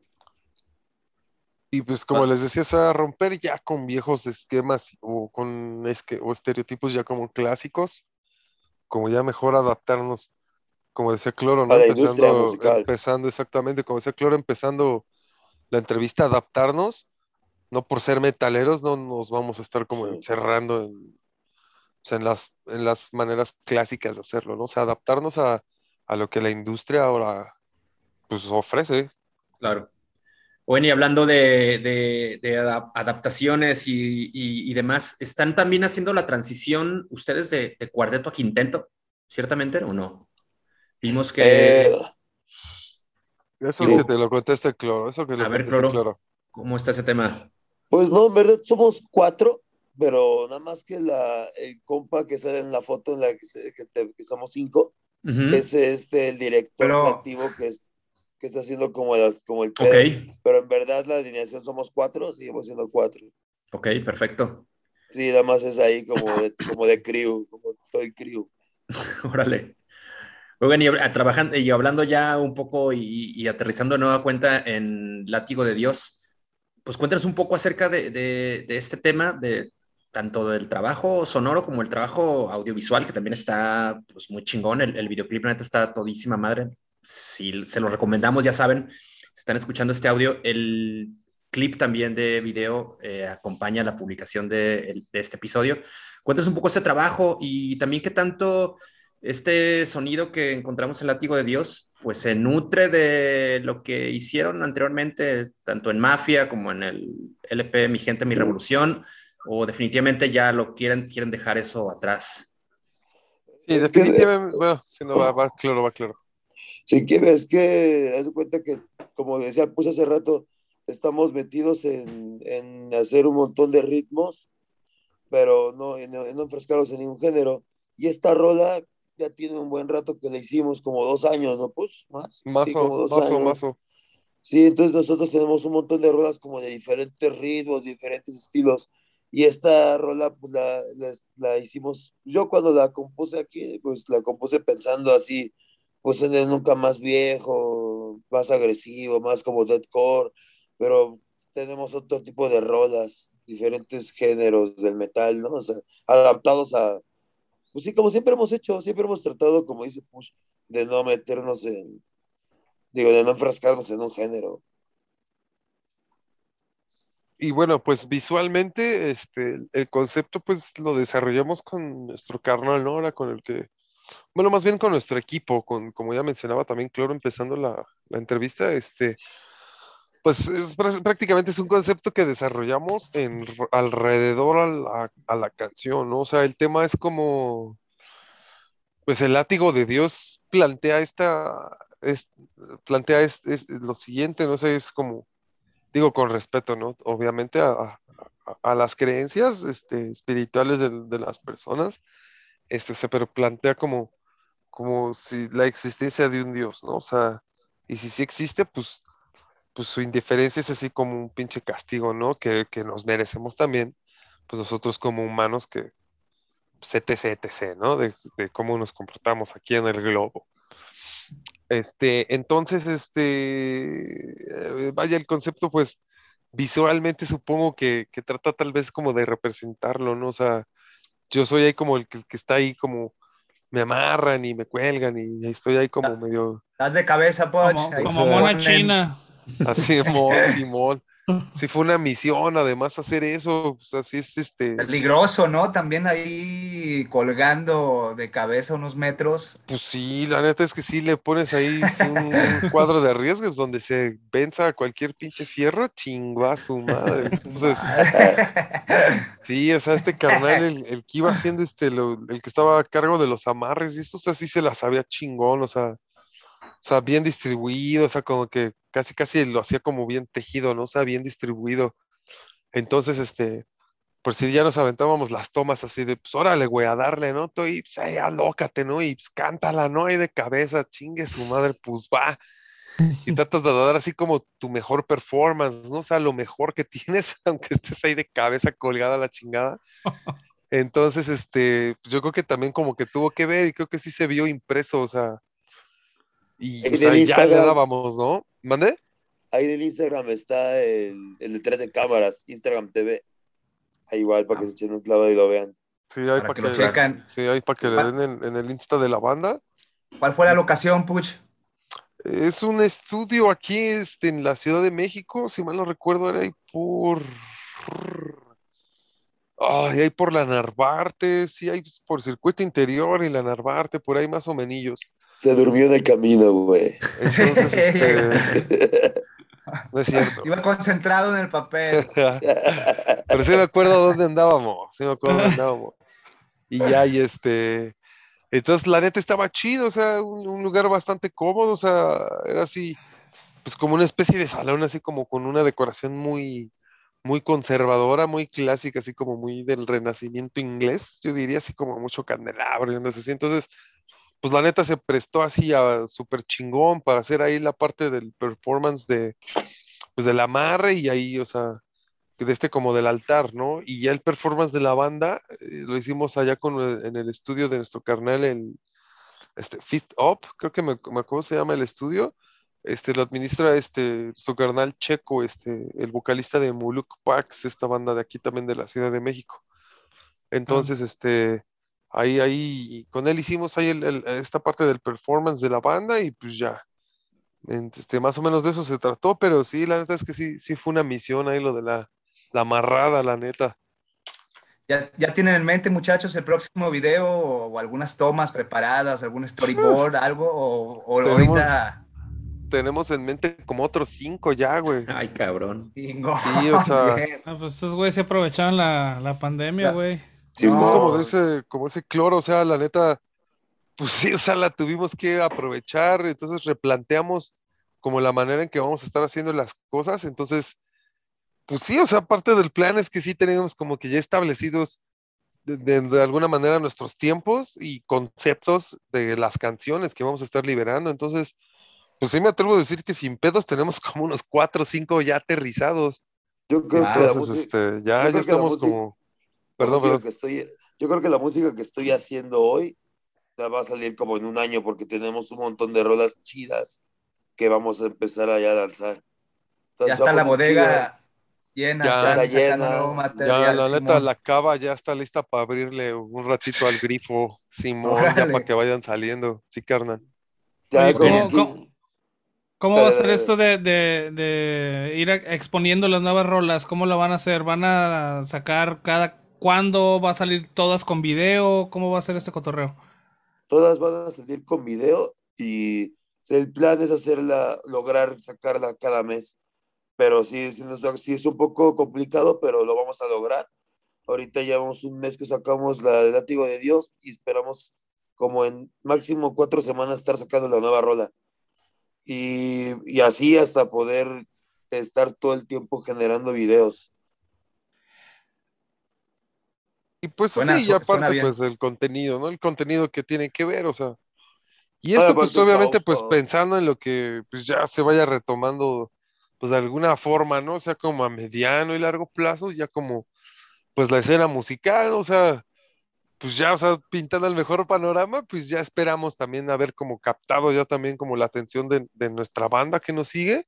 [SPEAKER 4] y pues como les decía, o sea, romper ya con viejos esquemas o o estereotipos ya como clásicos, como ya mejor adaptarnos, como decía Cloro, ¿no?
[SPEAKER 5] A la industria musical.
[SPEAKER 4] Empezando exactamente, como decía Cloro, empezando la entrevista, adaptarnos, no por ser metaleros, no nos vamos a estar como
[SPEAKER 5] Sí.
[SPEAKER 4] encerrando o sea, en las maneras clásicas de hacerlo, ¿no? O sea, adaptarnos a lo que la industria ahora pues ofrece.
[SPEAKER 1] claro. Bueno, y hablando de adaptaciones y demás, ¿están también haciendo la transición ustedes de cuarteto a quinteto? ¿Ciertamente o no? Vimos
[SPEAKER 5] Eh,
[SPEAKER 1] que,
[SPEAKER 4] Eso que
[SPEAKER 1] digo,
[SPEAKER 4] te lo conteste Cloro, eso que
[SPEAKER 1] a
[SPEAKER 4] lo
[SPEAKER 1] ver,
[SPEAKER 4] conteste
[SPEAKER 1] Cloro,
[SPEAKER 4] Cloro.
[SPEAKER 1] ¿cómo está ese tema?
[SPEAKER 5] pues no, en verdad somos cuatro, pero nada más que el compa que sale en la foto en la que somos cinco,
[SPEAKER 1] Ujú.
[SPEAKER 5] es el director
[SPEAKER 3] Pero,
[SPEAKER 5] creativo que está haciendo como el
[SPEAKER 1] Ok,
[SPEAKER 5] pedo. Pero en verdad la alineación somos cuatro, seguimos siendo cuatro.
[SPEAKER 1] ok, perfecto.
[SPEAKER 5] Sí, nada más es ahí como de crew, como estoy crew.
[SPEAKER 1] Órale. Oigan, trabajando y hablando ya un poco y aterrizando de nueva cuenta en Látigo de Dios, pues cuéntanos un poco acerca de este tema, de tanto del trabajo sonoro como el trabajo audiovisual, que también está pues, muy chingón. El videoclip, la neta, está todísima madre. Si se lo recomendamos, ya saben, si están escuchando este audio. El clip también de video acompaña la publicación de este episodio. Cuéntanos un poco este trabajo y también qué tanto este sonido que encontramos en Látigo de Dios, pues se nutre de lo que hicieron anteriormente, tanto en Mafia como en el LP Mi Gente, Mi
[SPEAKER 5] Sí.
[SPEAKER 1] Revolución, o definitivamente ya lo quieren dejar eso atrás.
[SPEAKER 4] Sí,
[SPEAKER 5] Es que,
[SPEAKER 4] definitivamente, bueno, si no va Cloro, va Cloro.
[SPEAKER 5] si quieres, es que haz de cuenta que, como decía, puse hace rato, estamos metidos en hacer un montón de ritmos, pero no, en no enfrascarlos en ningún género. Y esta rola ya tiene un buen rato que la hicimos, como 2 años, ¿no? Pues más, sí,
[SPEAKER 4] Mazo,
[SPEAKER 5] como dos
[SPEAKER 4] mazo,
[SPEAKER 5] años.
[SPEAKER 4] mazo.
[SPEAKER 5] Sí, entonces nosotros tenemos un montón de rolas como de diferentes ritmos, diferentes estilos. Y esta rola, pues la hicimos, yo cuando la compuse aquí, pues la compuse pensando así, pues en el nunca más viejo, más agresivo, más como deathcore, pero tenemos otro tipo de rolas, diferentes géneros del metal, ¿no? O sea, adaptados pues sí, como siempre hemos hecho, siempre hemos tratado, como dice Push, de no meternos de no enfrascarnos en un género.
[SPEAKER 4] Y bueno, pues visualmente, el concepto, pues lo desarrollamos con nuestro carnal, ¿no? Ahora con el que, bueno, más bien con nuestro equipo, como ya mencionaba también Cloro empezando la entrevista, pues prácticamente es un concepto que desarrollamos alrededor a la canción, ¿no? O sea, el tema es como, pues el látigo de Dios plantea plantea lo siguiente, no sé, es como, digo con respeto, ¿no? Obviamente a las creencias espirituales de las personas, pero plantea como si la existencia de un Dios, ¿no? O sea, y si sí existe, pues su indiferencia es así como un pinche castigo, ¿no? Que nos merecemos también, pues nosotros como humanos que, pues, etc., ¿no? De cómo nos comportamos aquí en el globo. Entonces, vaya, el concepto, pues, visualmente supongo que trata tal vez como de representarlo, ¿no? O sea, yo soy ahí como el que está ahí como me amarran y me cuelgan y ahí estoy ahí como medio
[SPEAKER 3] Estás de cabeza, Poch. Ahí
[SPEAKER 2] Como
[SPEAKER 3] te
[SPEAKER 2] mona
[SPEAKER 3] ponen.
[SPEAKER 2] china.
[SPEAKER 4] así, Simón. Sí fue una misión, además, hacer eso, pues así es,
[SPEAKER 3] Peligroso, ¿no? También ahí colgando de cabeza unos metros.
[SPEAKER 4] pues sí, la neta es que sí le pones ahí sí, un cuadro de riesgos donde se venza a cualquier pinche fierro, chingó a su madre.
[SPEAKER 3] Su
[SPEAKER 4] Entonces,
[SPEAKER 3] madre.
[SPEAKER 4] sí, o sea, este carnal, el que iba haciendo el que estaba a cargo de los amarres y eso, o sea, sí se la sabía chingón, o sea, bien distribuido, o sea, como que casi casi lo hacía como bien tejido, ¿no? O sea, bien distribuido. Entonces, por si ya nos aventábamos las tomas así de, pues órale, güey, a darle, ¿no? Tú y pues ahí alócate, ¿no? Y pues cántala, ¿no? Ahí de cabeza, chingue su madre, pues va. Y tratas de dar así como tu mejor performance, ¿no? O sea, lo mejor que tienes, aunque estés ahí de cabeza colgada a la chingada. Entonces, pues, yo creo que también como que tuvo que ver y creo que sí se vio impreso, o sea, y, o
[SPEAKER 5] En
[SPEAKER 4] sea,
[SPEAKER 5] el
[SPEAKER 4] ya le
[SPEAKER 5] Instagram,
[SPEAKER 4] dábamos, ¿no? ¿Mande?
[SPEAKER 5] ahí en el Instagram está el de 13 cámaras, Instagram TV. Ahí igual para que se echen un clavado y lo vean.
[SPEAKER 4] Sí, hay
[SPEAKER 3] Para
[SPEAKER 4] para
[SPEAKER 3] que lo
[SPEAKER 4] que,
[SPEAKER 3] checan.
[SPEAKER 4] sí, hay para que le
[SPEAKER 3] ¿Cuál,
[SPEAKER 4] den en el Insta de la banda.
[SPEAKER 3] cuál fue la locación, Puch?
[SPEAKER 4] Es un estudio aquí, en la Ciudad de México, si mal no recuerdo, era ahí ahí por la Narvarte, sí, ahí por Circuito Interior y la Narvarte, por ahí más o menos.
[SPEAKER 5] Se durmió en el camino, güey.
[SPEAKER 4] Entonces, no es cierto.
[SPEAKER 3] Iba concentrado en el papel.
[SPEAKER 4] Pero sí me acuerdo dónde andábamos, sí me acuerdo dónde andábamos. Y ya, entonces la neta estaba chido, o sea, un lugar bastante cómodo, o sea, era así, pues como una especie de salón, así como con una decoración muy, muy conservadora, muy clásica, así como muy del renacimiento inglés, yo diría así como mucho candelabro y ondas así. Entonces, pues la neta se prestó así a súper chingón para hacer ahí la parte del performance pues del amarre y ahí, o sea, como del altar, ¿no? Y ya el performance de la banda lo hicimos allá en el estudio de nuestro carnal, Fist Up, creo que me acuerdo se llama el estudio. Lo administra su carnal Checo, el vocalista de Muluk Pax, esta banda de aquí también de la Ciudad de México. Entonces, ahí con él hicimos ahí esta parte del performance de la banda y pues ya. Más o menos de eso se trató, pero sí, la neta es que sí, sí fue una misión ahí lo de la amarrada, la neta.
[SPEAKER 3] ¿Ya tienen en mente, muchachos, el próximo video o algunas tomas preparadas, algún storyboard, algo? ¿O
[SPEAKER 4] Tenemos,
[SPEAKER 3] ahorita?
[SPEAKER 4] tenemos en mente como otros 5 ya, güey.
[SPEAKER 1] Ay, cabrón.
[SPEAKER 3] Chingón,
[SPEAKER 4] Sí, o sea,
[SPEAKER 3] bien.
[SPEAKER 2] Ah, pues estos güeyes se aprovecharon la pandemia,
[SPEAKER 3] La-
[SPEAKER 2] güey.
[SPEAKER 4] pues es
[SPEAKER 5] Simón,
[SPEAKER 3] no,
[SPEAKER 4] como de
[SPEAKER 3] pues,
[SPEAKER 4] ese cloro, o sea, la neta, pues sí, o sea, la tuvimos que aprovechar, entonces replanteamos como la manera en que vamos a estar haciendo las cosas, entonces, pues sí, o sea, parte del plan es que sí tenemos como que ya establecidos de alguna manera nuestros tiempos y conceptos de las canciones que vamos a estar liberando, entonces, pues sí me atrevo a decir que sin pedos tenemos como unos 4 o 5 ya aterrizados,
[SPEAKER 5] yo creo que la
[SPEAKER 3] va.
[SPEAKER 4] entonces,
[SPEAKER 5] música,
[SPEAKER 4] ya,
[SPEAKER 5] yo
[SPEAKER 4] ya
[SPEAKER 5] creo que la
[SPEAKER 4] estamos
[SPEAKER 5] música,
[SPEAKER 4] como,
[SPEAKER 5] la
[SPEAKER 4] perdón,
[SPEAKER 5] música
[SPEAKER 4] perdón.
[SPEAKER 5] que estoy, yo creo que la música que estoy haciendo hoy la va a salir como en un año porque tenemos un montón de rolas chidas que vamos a empezar allá a lanzar.
[SPEAKER 3] Ya
[SPEAKER 5] Entonces se va a
[SPEAKER 3] está la
[SPEAKER 5] poner chido,
[SPEAKER 3] bodega llena,
[SPEAKER 5] ya
[SPEAKER 4] Ya,
[SPEAKER 5] está
[SPEAKER 3] están sacando nuevo
[SPEAKER 5] llena.
[SPEAKER 4] ya,
[SPEAKER 3] material,
[SPEAKER 4] la neta, la
[SPEAKER 3] Simón.
[SPEAKER 4] cava ya está lista para abrirle un ratito al grifo, Simón, ya para
[SPEAKER 3] Órale.
[SPEAKER 4] que vayan saliendo, sí, carnal.
[SPEAKER 5] Ya
[SPEAKER 2] Oye,
[SPEAKER 3] Muy
[SPEAKER 5] con,
[SPEAKER 3] bien.
[SPEAKER 2] ¿cómo va a
[SPEAKER 5] dale,
[SPEAKER 2] ser
[SPEAKER 5] dale,
[SPEAKER 2] esto
[SPEAKER 5] dale.
[SPEAKER 2] de ir exponiendo las nuevas rolas? ¿Cómo lo van a hacer? ¿Van a sacar cuándo va a salir todas con video? ¿Cómo va a ser este cotorreo?
[SPEAKER 5] Todas van a salir con video y el plan es lograr sacarla cada mes. Pero sí, sí es un poco complicado, pero lo vamos a lograr. Ahorita llevamos un mes que sacamos la del Látigo de Dios y esperamos como en máximo 4 semanas estar sacando la nueva rola. y así hasta poder estar todo el tiempo generando videos.
[SPEAKER 4] Y pues
[SPEAKER 3] Suena,
[SPEAKER 4] sí, y
[SPEAKER 3] suena
[SPEAKER 4] aparte
[SPEAKER 3] bien.
[SPEAKER 4] pues el contenido, ¿no? El contenido que tiene que ver, o sea. Y
[SPEAKER 5] Bueno,
[SPEAKER 4] esto pues
[SPEAKER 5] aparte
[SPEAKER 4] obviamente
[SPEAKER 5] shows,
[SPEAKER 4] pues
[SPEAKER 5] todo.
[SPEAKER 4] pensando en lo que pues ya se vaya retomando pues de alguna forma, ¿no? O sea, como a mediano y largo plazo, ya como pues la escena musical, o sea, pues ya, o sea, pintando el mejor panorama, pues ya esperamos también haber como captado ya también como la atención de nuestra banda que nos sigue,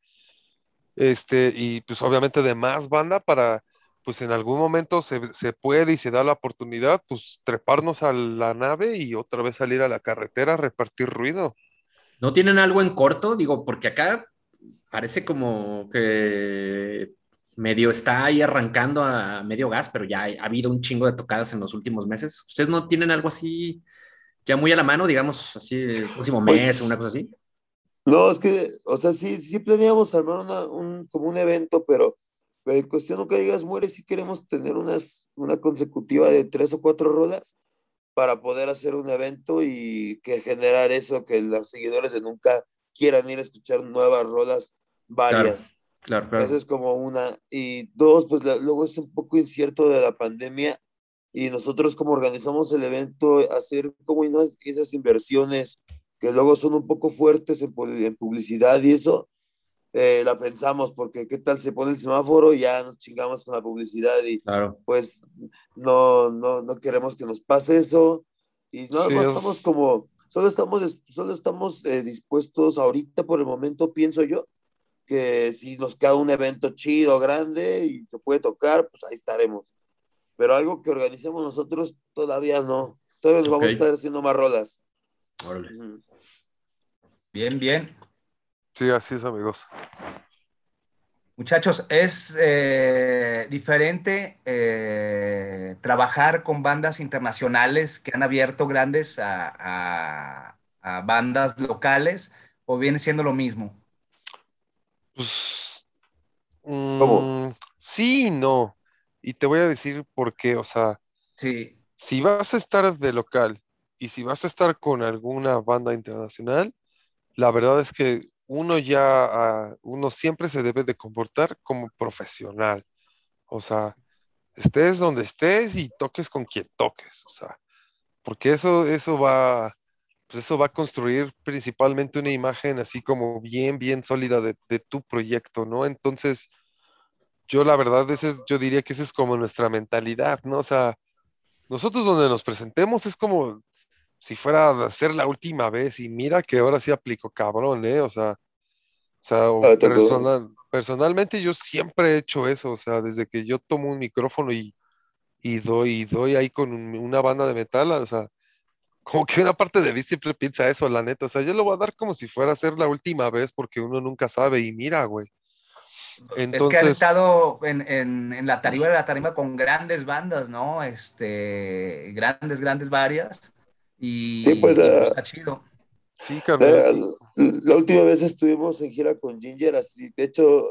[SPEAKER 4] y pues obviamente de más banda para, pues en algún momento se puede y se da la oportunidad, pues treparnos a la nave y otra vez salir a la carretera a repartir ruido.
[SPEAKER 1] ¿No tienen algo en corto? Digo, porque acá parece como que medio está ahí arrancando a medio gas, pero ya ha habido un chingo de tocadas en los últimos meses. ¿Ustedes no tienen algo así ya muy a la mano, digamos, así el próximo mes o una
[SPEAKER 5] Pues
[SPEAKER 1] cosa así?
[SPEAKER 5] no, es que, o sea, sí planeamos armar como un evento, pero en cuestión nunca digas muere, sí queremos tener una consecutiva de 3 o 4 rolas para poder hacer un evento y que generar eso, que los seguidores de Nunca quieran ir a escuchar nuevas rolas
[SPEAKER 1] Claro,
[SPEAKER 5] varias.
[SPEAKER 1] claro,
[SPEAKER 5] Eso
[SPEAKER 1] claro.
[SPEAKER 5] es como una. Y dos, pues luego es un poco incierto de la pandemia y nosotros como organizamos el evento, hacer como esas inversiones que luego son un poco fuertes en publicidad y eso, la pensamos porque qué tal se pone el semáforo y ya nos chingamos con la publicidad y
[SPEAKER 1] Claro.
[SPEAKER 5] pues no queremos que nos pase eso y nada
[SPEAKER 4] Sí,
[SPEAKER 5] más estamos
[SPEAKER 4] es,
[SPEAKER 5] como, solo estamos dispuestos ahorita por el momento, pienso yo que si nos queda un evento chido, grande y se puede tocar, pues ahí estaremos. Pero algo que organicemos nosotros todavía no. Todavía nos
[SPEAKER 1] Ok.
[SPEAKER 5] vamos a estar haciendo más rolas.
[SPEAKER 1] Órale.
[SPEAKER 5] Ujú.
[SPEAKER 3] Bien, bien.
[SPEAKER 4] sí, así es, amigos.
[SPEAKER 3] Muchachos, es diferente trabajar con bandas internacionales que han abierto grandes a bandas locales o viene siendo lo mismo.
[SPEAKER 4] Pues
[SPEAKER 5] ¿Cómo?
[SPEAKER 4] sí y no. Y te voy a decir por qué. O sea,
[SPEAKER 3] Sí,
[SPEAKER 4] si vas a estar de local y si vas a estar con alguna banda internacional, la verdad es que uno siempre se debe de comportar como profesional. O sea, estés donde estés y toques con quien toques. O sea, porque eso va a construir principalmente una imagen así como bien, bien sólida de tu proyecto, ¿no? Entonces, yo la verdad, yo diría que esa es como nuestra mentalidad, ¿no? O sea, nosotros donde nos presentemos es como si fuera a ser la última vez y mira que ahora sí aplico cabrón, ¿eh? O
[SPEAKER 5] Ah, tocó.
[SPEAKER 4] personalmente yo siempre he hecho eso, o sea, desde que yo tomo un micrófono y doy ahí con una banda de metal, o sea, como que una parte de mí siempre piensa eso, la neta, o sea, yo lo voy a dar como si fuera a ser la última vez porque uno nunca sabe y mira, güey.
[SPEAKER 3] es que han
[SPEAKER 4] Entonces,
[SPEAKER 3] estado en la tarima de la tarima con grandes bandas, ¿no? Grandes varias
[SPEAKER 5] Sí, pues
[SPEAKER 3] y pues está chido.
[SPEAKER 4] sí, carnal.
[SPEAKER 5] la, la última vez estuvimos en gira con Ginger, así, de hecho,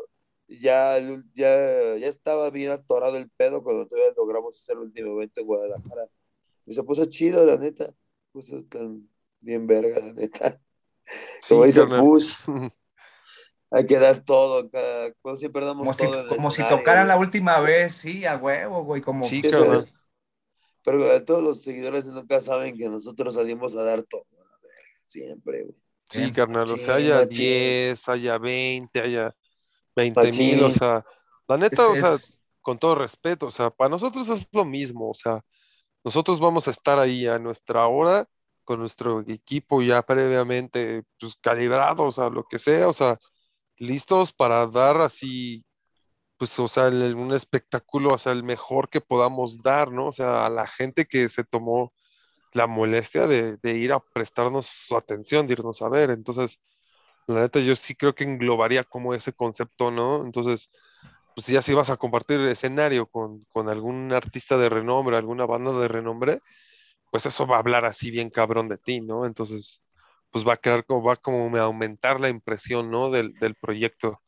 [SPEAKER 5] ya estaba bien atorado el pedo cuando todavía logramos hacer el último evento en Guadalajara. Y se puso chido, la neta. Se puso tan bien verga, la neta. Como
[SPEAKER 4] Sí,
[SPEAKER 5] dice
[SPEAKER 4] carnal.
[SPEAKER 5] Push, hay que dar todo, cuando siempre damos todo en el
[SPEAKER 3] Como si
[SPEAKER 5] escenario,
[SPEAKER 3] tocaran
[SPEAKER 5] güey.
[SPEAKER 3] la última vez, sí, a huevo, güey, como
[SPEAKER 4] Sí,
[SPEAKER 5] Sí,
[SPEAKER 3] pues,
[SPEAKER 4] carnal.
[SPEAKER 5] pero todos los seguidores nunca saben que nosotros salimos a dar todo, la verga, siempre, güey.
[SPEAKER 4] Sí,
[SPEAKER 3] bien.
[SPEAKER 4] carnal. O sea,
[SPEAKER 5] Machín,
[SPEAKER 4] haya
[SPEAKER 5] machín,
[SPEAKER 4] 10, haya 20, haya 20,000, o
[SPEAKER 5] machín.
[SPEAKER 4] sea, la neta,
[SPEAKER 3] Es,
[SPEAKER 4] o sea,
[SPEAKER 3] es,
[SPEAKER 4] con todo respeto, o sea, para nosotros es lo mismo, o sea, nosotros vamos a estar ahí a nuestra hora con nuestro equipo ya previamente, pues calibrados a lo que sea, o sea, listos para dar así, pues, o sea, un espectáculo, o sea, el mejor que podamos dar, ¿no? O sea, a la gente que se tomó la molestia de ir a prestarnos su atención, de irnos a ver. Entonces, la neta, yo sí creo que englobaría como ese concepto, ¿no? Entonces, pues ya si vas a compartir escenario con algún artista de renombre, alguna banda de renombre, pues eso va a hablar así bien cabrón de ti, ¿no? Entonces, pues va como a aumentar la impresión, ¿no? Del proyecto.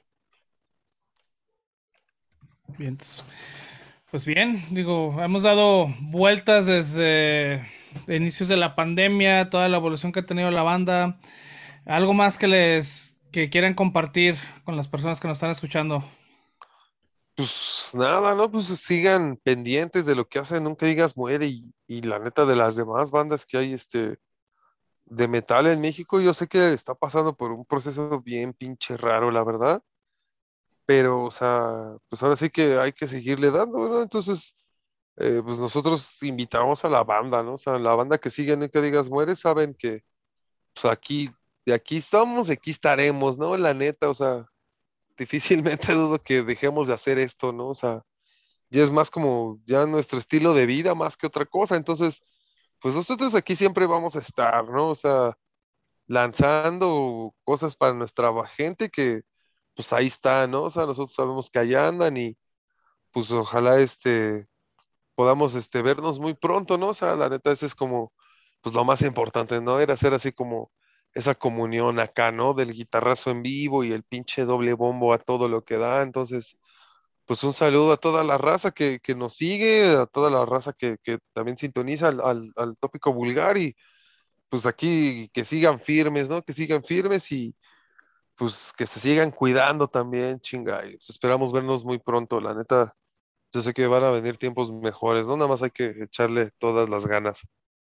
[SPEAKER 2] Bien. Pues bien, digo, hemos dado vueltas desde inicios de la pandemia, toda la evolución que ha tenido la banda. ¿Algo más que les que quieran compartir con las personas que nos están escuchando.
[SPEAKER 4] Pues nada, ¿no? Pues sigan pendientes de lo que hace Nunca Digas Muere y la neta de las demás bandas que hay de metal en México. Yo sé que está pasando por un proceso bien pinche raro, la verdad, pero, o sea, pues ahora sí que hay que seguirle dando, ¿no? Entonces, pues nosotros invitamos a la banda, ¿no? O sea, la banda que sigue Nunca Digas Muere saben que, pues aquí, de aquí estamos, de aquí estaremos, ¿no? La neta, o sea, difícilmente dudo que dejemos de hacer esto, ¿no? O sea, ya es más como ya nuestro estilo de vida más que otra cosa. Entonces, pues nosotros aquí siempre vamos a estar, ¿no? O sea, lanzando cosas para nuestra gente que, pues ahí está, ¿no? O sea, nosotros sabemos que allá andan y pues ojalá podamos vernos muy pronto, ¿no? O sea, la neta, ese es como, pues lo más importante, ¿no? Era hacer así como esa comunión acá, ¿no? Del guitarrazo en vivo y el pinche doble bombo a todo lo que da. Entonces, pues un saludo a toda la raza que nos sigue, a toda la raza que también sintoniza al tópico vulgar y pues aquí que sigan firmes, ¿no? Que sigan firmes y pues que se sigan cuidando también, chinga. Y, pues, esperamos vernos muy pronto, la neta. Yo sé que van a venir tiempos mejores, ¿no? Nada más hay que echarle todas las ganas.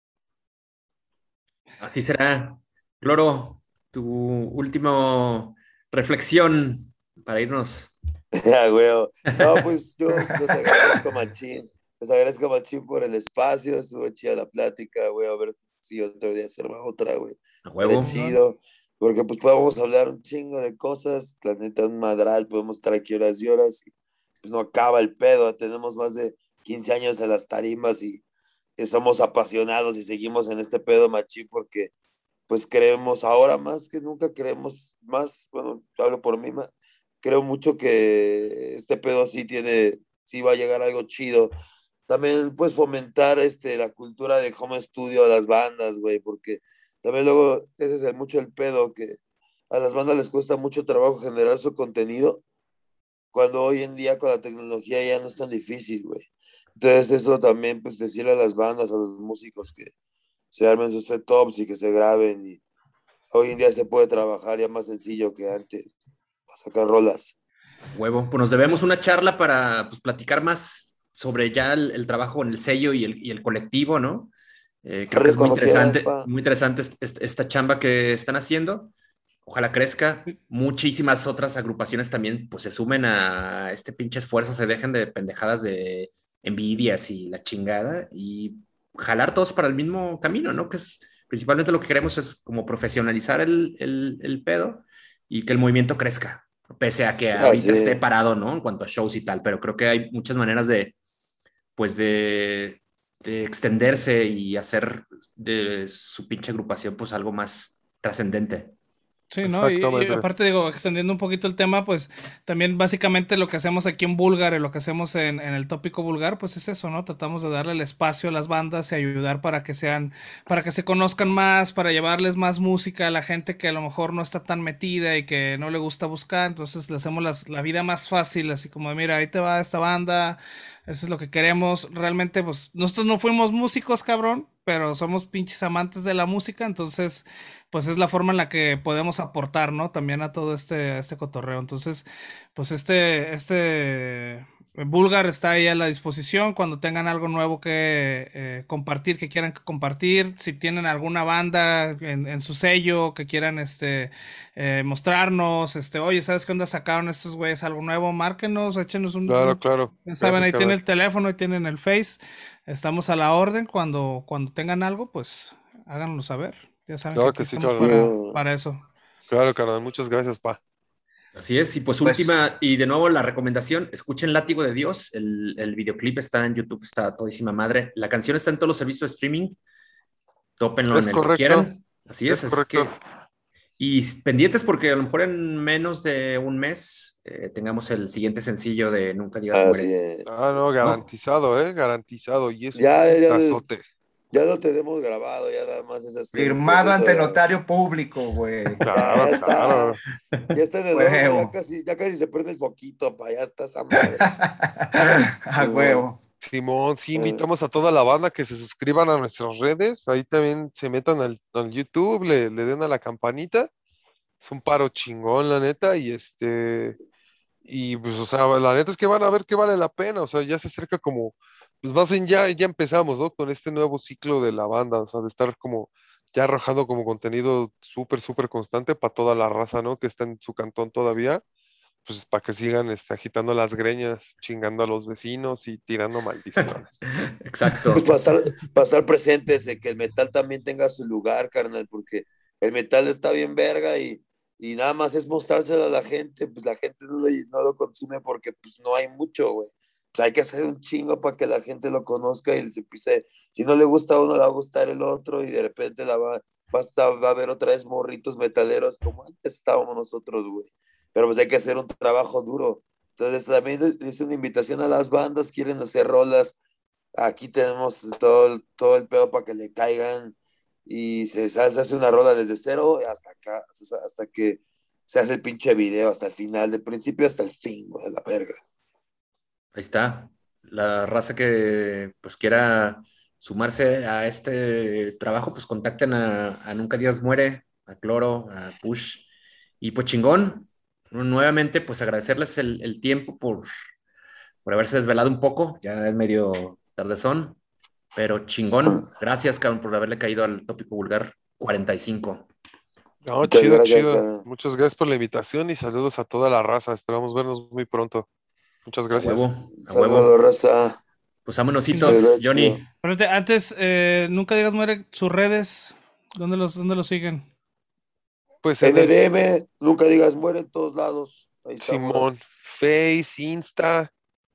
[SPEAKER 1] Así será. Cloro, tu último reflexión para irnos.
[SPEAKER 5] Ya, güey. No, pues yo les agradezco machín por el espacio, estuvo chida la plática, güey, a ver si otro día hacemos otra, güey.
[SPEAKER 1] A
[SPEAKER 5] Estaría
[SPEAKER 1] huevo.
[SPEAKER 5] chido, porque pues podemos hablar un chingo de cosas, la neta, un madral, podemos estar aquí horas y horas, y pues, no acaba el pedo, tenemos más de 15 años en las tarimas y estamos apasionados y seguimos en este pedo machín porque pues creemos ahora más que nunca, creemos más, bueno, hablo por mí, creo mucho que este pedo sí va a llegar a algo chido. También pues fomentar la cultura de home studio a las bandas, güey, porque también luego ese es mucho el pedo, que a las bandas les cuesta mucho trabajo generar su contenido, cuando hoy en día con la tecnología ya no es tan difícil, güey. Entonces eso también pues decirle a las bandas, a los músicos que se armen sus setups y que se graben y hoy en día se puede trabajar ya más sencillo que antes para sacar rolas.
[SPEAKER 1] Huevo. Pues nos debemos una charla para pues, platicar más sobre ya el trabajo en el sello y el colectivo, ¿no? Creo que
[SPEAKER 5] Arre
[SPEAKER 1] es
[SPEAKER 5] cuando quieras, pa.
[SPEAKER 1] muy interesante esta chamba que están haciendo. Ojalá crezca. Muchísimas otras agrupaciones también pues se sumen a este pinche esfuerzo, se dejen de pendejadas de envidias y la chingada y jalar todos para el mismo camino, ¿no? Que es principalmente lo que queremos es como profesionalizar el pedo y que el movimiento crezca, pese a que
[SPEAKER 5] Ah,
[SPEAKER 1] ahorita esté
[SPEAKER 5] sí.
[SPEAKER 1] parado, ¿no? En cuanto a shows y tal, pero creo que hay muchas maneras pues de extenderse y hacer de su pinche agrupación pues algo más trascendente.
[SPEAKER 2] Sí, ¿no? Y
[SPEAKER 4] Exactamente.
[SPEAKER 2] aparte digo, extendiendo un poquito el tema, pues también básicamente lo que hacemos aquí en Vulgar y lo que hacemos en el tópico vulgar, pues es eso, ¿no? Tratamos de darle el espacio a las bandas y ayudar para que sean, para que se conozcan más, para llevarles más música a la gente que a lo mejor no está tan metida y que no le gusta buscar, entonces le hacemos la vida más fácil, así como de, mira, ahí te va esta banda, eso es lo que queremos. Realmente, pues nosotros no fuimos músicos, cabrón, pero somos pinches amantes de la música, entonces pues es la forma en la que podemos aportar, ¿no? También a todo este cotorreo. Entonces, pues Bulgar está ahí a la disposición cuando tengan algo nuevo que compartir, que quieran compartir, si tienen alguna banda en su sello que quieran mostrarnos, oye, ¿sabes qué onda sacaron estos güeyes algo nuevo? Márquenos, échenos
[SPEAKER 4] Claro, claro.
[SPEAKER 2] ya saben,
[SPEAKER 4] Gracias,
[SPEAKER 2] ahí tienen
[SPEAKER 4] carnal.
[SPEAKER 2] el teléfono, ahí tienen el Face, estamos a la orden, cuando tengan algo, pues háganoslo saber. Ya saben que
[SPEAKER 4] Claro
[SPEAKER 2] aquí
[SPEAKER 4] que sí,
[SPEAKER 2] estamos
[SPEAKER 4] carnal.
[SPEAKER 5] Yo,
[SPEAKER 2] para eso.
[SPEAKER 4] Claro, carnal. Muchas gracias, pa.
[SPEAKER 1] Así es, y pues
[SPEAKER 3] Pues,
[SPEAKER 1] última, y de nuevo la recomendación, escuchen Látigo de Dios, el videoclip está en YouTube, está todísima madre, la canción está en todos los servicios de streaming, tópenlo en
[SPEAKER 4] Es
[SPEAKER 1] el que
[SPEAKER 4] correcto,
[SPEAKER 1] quieran, así
[SPEAKER 4] es
[SPEAKER 1] es
[SPEAKER 4] correcto.
[SPEAKER 1] que, y pendientes porque a lo mejor en menos de un mes tengamos el siguiente sencillo de Nunca Digas
[SPEAKER 5] así
[SPEAKER 1] Muere,
[SPEAKER 5] es.
[SPEAKER 4] Ah, no,
[SPEAKER 1] ¿no?
[SPEAKER 4] garantizado, garantizado. Y es un
[SPEAKER 5] Ya, ya,
[SPEAKER 4] hitazote.
[SPEAKER 5] ya lo tenemos grabado, ya nada más es hacer un
[SPEAKER 3] firmado
[SPEAKER 5] proceso
[SPEAKER 3] ante
[SPEAKER 5] de...
[SPEAKER 3] notario público, güey.
[SPEAKER 5] Ya
[SPEAKER 4] Claro,
[SPEAKER 5] está,
[SPEAKER 4] claro.
[SPEAKER 5] ya está en el horno,
[SPEAKER 3] Huevo.
[SPEAKER 5] ya casi se prende el foquito, pa, ya está esa madre.
[SPEAKER 3] A
[SPEAKER 5] Simón.
[SPEAKER 3] huevo.
[SPEAKER 4] Simón, sí,
[SPEAKER 5] Eh,
[SPEAKER 4] invitamos a toda la banda que se suscriban a nuestras redes. Ahí también se metan al YouTube, le den a la campanita. Es un paro chingón, la neta, y pues, o sea, la neta es que van a ver que vale la pena, o sea, ya se acerca como, pues más bien ya empezamos, ¿no? Con este nuevo ciclo de la banda, o sea, de estar como ya arrojando como contenido súper, súper constante para toda la raza, ¿no? Que está en su cantón todavía, pues para que sigan agitando las greñas, chingando a los vecinos y tirando maldiciones.
[SPEAKER 1] Exacto.
[SPEAKER 5] Pues para estar presentes, de que el metal también tenga su lugar, carnal, porque el metal está bien verga y nada más es mostrárselo a la gente, pues la gente no lo consume porque pues no hay mucho, güey. Pues hay que hacer un chingo para que la gente lo conozca y se empiece, si no le gusta a uno, le va a gustar el otro y de repente va a haber otra vez morritos metaleros como antes estábamos nosotros, güey. Pero pues hay que hacer un trabajo duro. Entonces también es una invitación a las bandas, quieren hacer rolas. Aquí tenemos todo el pedo para que le caigan y se hace una rola desde cero hasta acá, hasta que se hace el pinche video, hasta el final, del principio hasta el fin, güey, la verga.
[SPEAKER 1] Ahí está. La raza que pues quiera sumarse a este trabajo, pues contacten a Nunca Digas Muere, a Cloro, a Push. Y pues chingón, nuevamente pues agradecerles el tiempo por haberse desvelado un poco, ya es medio tardezón, pero chingón. Gracias, cabrón, por haberle caído al tópico vulgar 45.
[SPEAKER 4] No,
[SPEAKER 5] Muchas
[SPEAKER 4] chido,
[SPEAKER 5] gracias,
[SPEAKER 4] chido.
[SPEAKER 5] carnal.
[SPEAKER 4] Muchas gracias por la invitación y saludos a toda la raza. Esperamos vernos muy pronto. Muchas
[SPEAKER 1] A
[SPEAKER 4] gracias.
[SPEAKER 1] huevo, a
[SPEAKER 5] Saludos,
[SPEAKER 1] huevo.
[SPEAKER 5] raza.
[SPEAKER 1] Pues vámonositos,
[SPEAKER 5] Sí,
[SPEAKER 1] Johnny.
[SPEAKER 2] Espérate, antes, Nunca Digas Muere, sus redes, ¿dónde los siguen?
[SPEAKER 4] Pues
[SPEAKER 5] NDM, nunca digas muere en todos lados. Ahí estamos.
[SPEAKER 4] Simón, Face, Insta,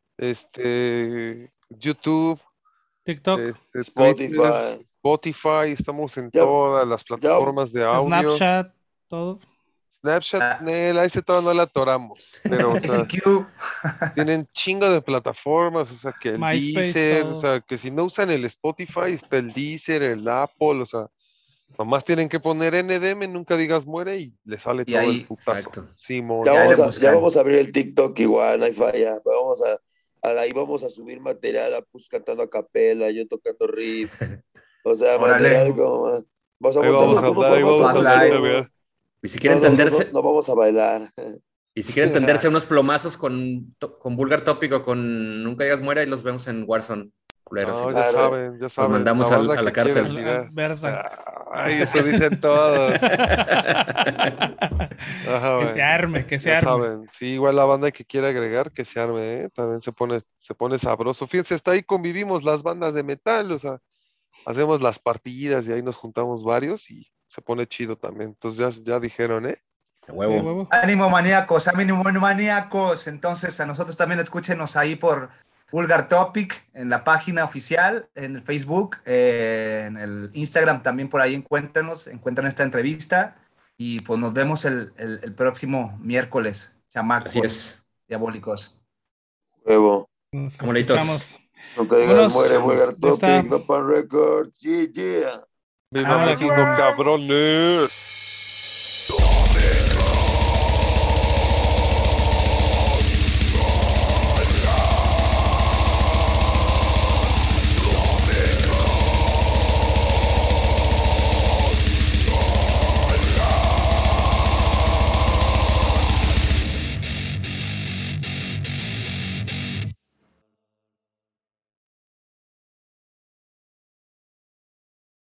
[SPEAKER 4] YouTube,
[SPEAKER 2] TikTok,
[SPEAKER 4] Twitter,
[SPEAKER 5] Spotify.
[SPEAKER 4] Spotify, estamos en
[SPEAKER 5] Ya,
[SPEAKER 4] todas las plataformas de audio.
[SPEAKER 2] Snapchat, todo.
[SPEAKER 4] Snapchat,
[SPEAKER 3] Ah.
[SPEAKER 4] ahí ese todavía no la atoramos, pero o sea,
[SPEAKER 3] ICQ.
[SPEAKER 4] tienen chingo de plataformas, o sea, que el
[SPEAKER 2] MySpace,
[SPEAKER 4] Deezer,
[SPEAKER 2] todo.
[SPEAKER 4] o sea, que si no usan el Spotify, está el Deezer, el Apple, o sea, nomás tienen que poner NDM, nunca digas muere y le sale
[SPEAKER 3] Y
[SPEAKER 4] todo el
[SPEAKER 3] ahí,
[SPEAKER 4] putazo.
[SPEAKER 1] exacto.
[SPEAKER 4] Simón.
[SPEAKER 3] Ya le
[SPEAKER 5] ya
[SPEAKER 3] buscan.
[SPEAKER 5] vamos a abrir el TikTok igual, no hay falla. Ahí vamos a subir material, pues cantando a capela, yo tocando riffs. O sea,
[SPEAKER 3] Órale.
[SPEAKER 5] material como. Vamos a
[SPEAKER 4] Ahí vamos
[SPEAKER 5] montarnos
[SPEAKER 4] a
[SPEAKER 5] con un
[SPEAKER 4] andar, ahí
[SPEAKER 5] formato
[SPEAKER 4] vamos a
[SPEAKER 3] más
[SPEAKER 4] andar
[SPEAKER 3] live.
[SPEAKER 4] todavía.
[SPEAKER 1] Y si quieren tenderse,
[SPEAKER 5] No vamos a bailar.
[SPEAKER 1] y si quieren tenderse unos plomazos con Vulgar Tópico, con Nunca Digas Muere, y los vemos en Warzone, culeros.
[SPEAKER 4] No,
[SPEAKER 1] Y
[SPEAKER 4] ya
[SPEAKER 1] los
[SPEAKER 4] saben,
[SPEAKER 1] Los mandamos
[SPEAKER 4] la
[SPEAKER 1] a
[SPEAKER 4] banda
[SPEAKER 1] la
[SPEAKER 4] que quiere
[SPEAKER 1] cárcel.
[SPEAKER 4] tirar.
[SPEAKER 2] Versa.
[SPEAKER 4] Ay, eso dicen todos. Ajá,
[SPEAKER 2] Que se
[SPEAKER 4] bueno.
[SPEAKER 2] arme, que se
[SPEAKER 4] Ya
[SPEAKER 2] arme.
[SPEAKER 4] saben, sí, igual la banda que quiere agregar, que se arme, ¿eh? También se pone sabroso. Fíjense, hasta ahí convivimos las bandas de metal, o sea, hacemos las partidas y ahí nos juntamos varios y se pone chido también. Entonces ya dijeron, ¿eh?
[SPEAKER 1] A
[SPEAKER 2] Sí,
[SPEAKER 1] huevo.
[SPEAKER 2] huevo.
[SPEAKER 3] Ánimo maníacos. Entonces a nosotros también escúchenos ahí por Vulgar Topic en la página oficial, en el Facebook, en el Instagram también por ahí encuentran esta entrevista y pues nos vemos el próximo miércoles, chamacos
[SPEAKER 1] Así es.
[SPEAKER 3] diabólicos.
[SPEAKER 5] Huevo.
[SPEAKER 2] Nos
[SPEAKER 1] Amolitos.
[SPEAKER 2] escuchamos.
[SPEAKER 5] Nunca digas
[SPEAKER 2] Vámonos.
[SPEAKER 5] muere, Vulgar
[SPEAKER 2] Ya está.
[SPEAKER 5] Topic, Dopan Records. Yeah, yeah.
[SPEAKER 4] ¡Viva
[SPEAKER 2] Vámonos.
[SPEAKER 4] México, cabrones!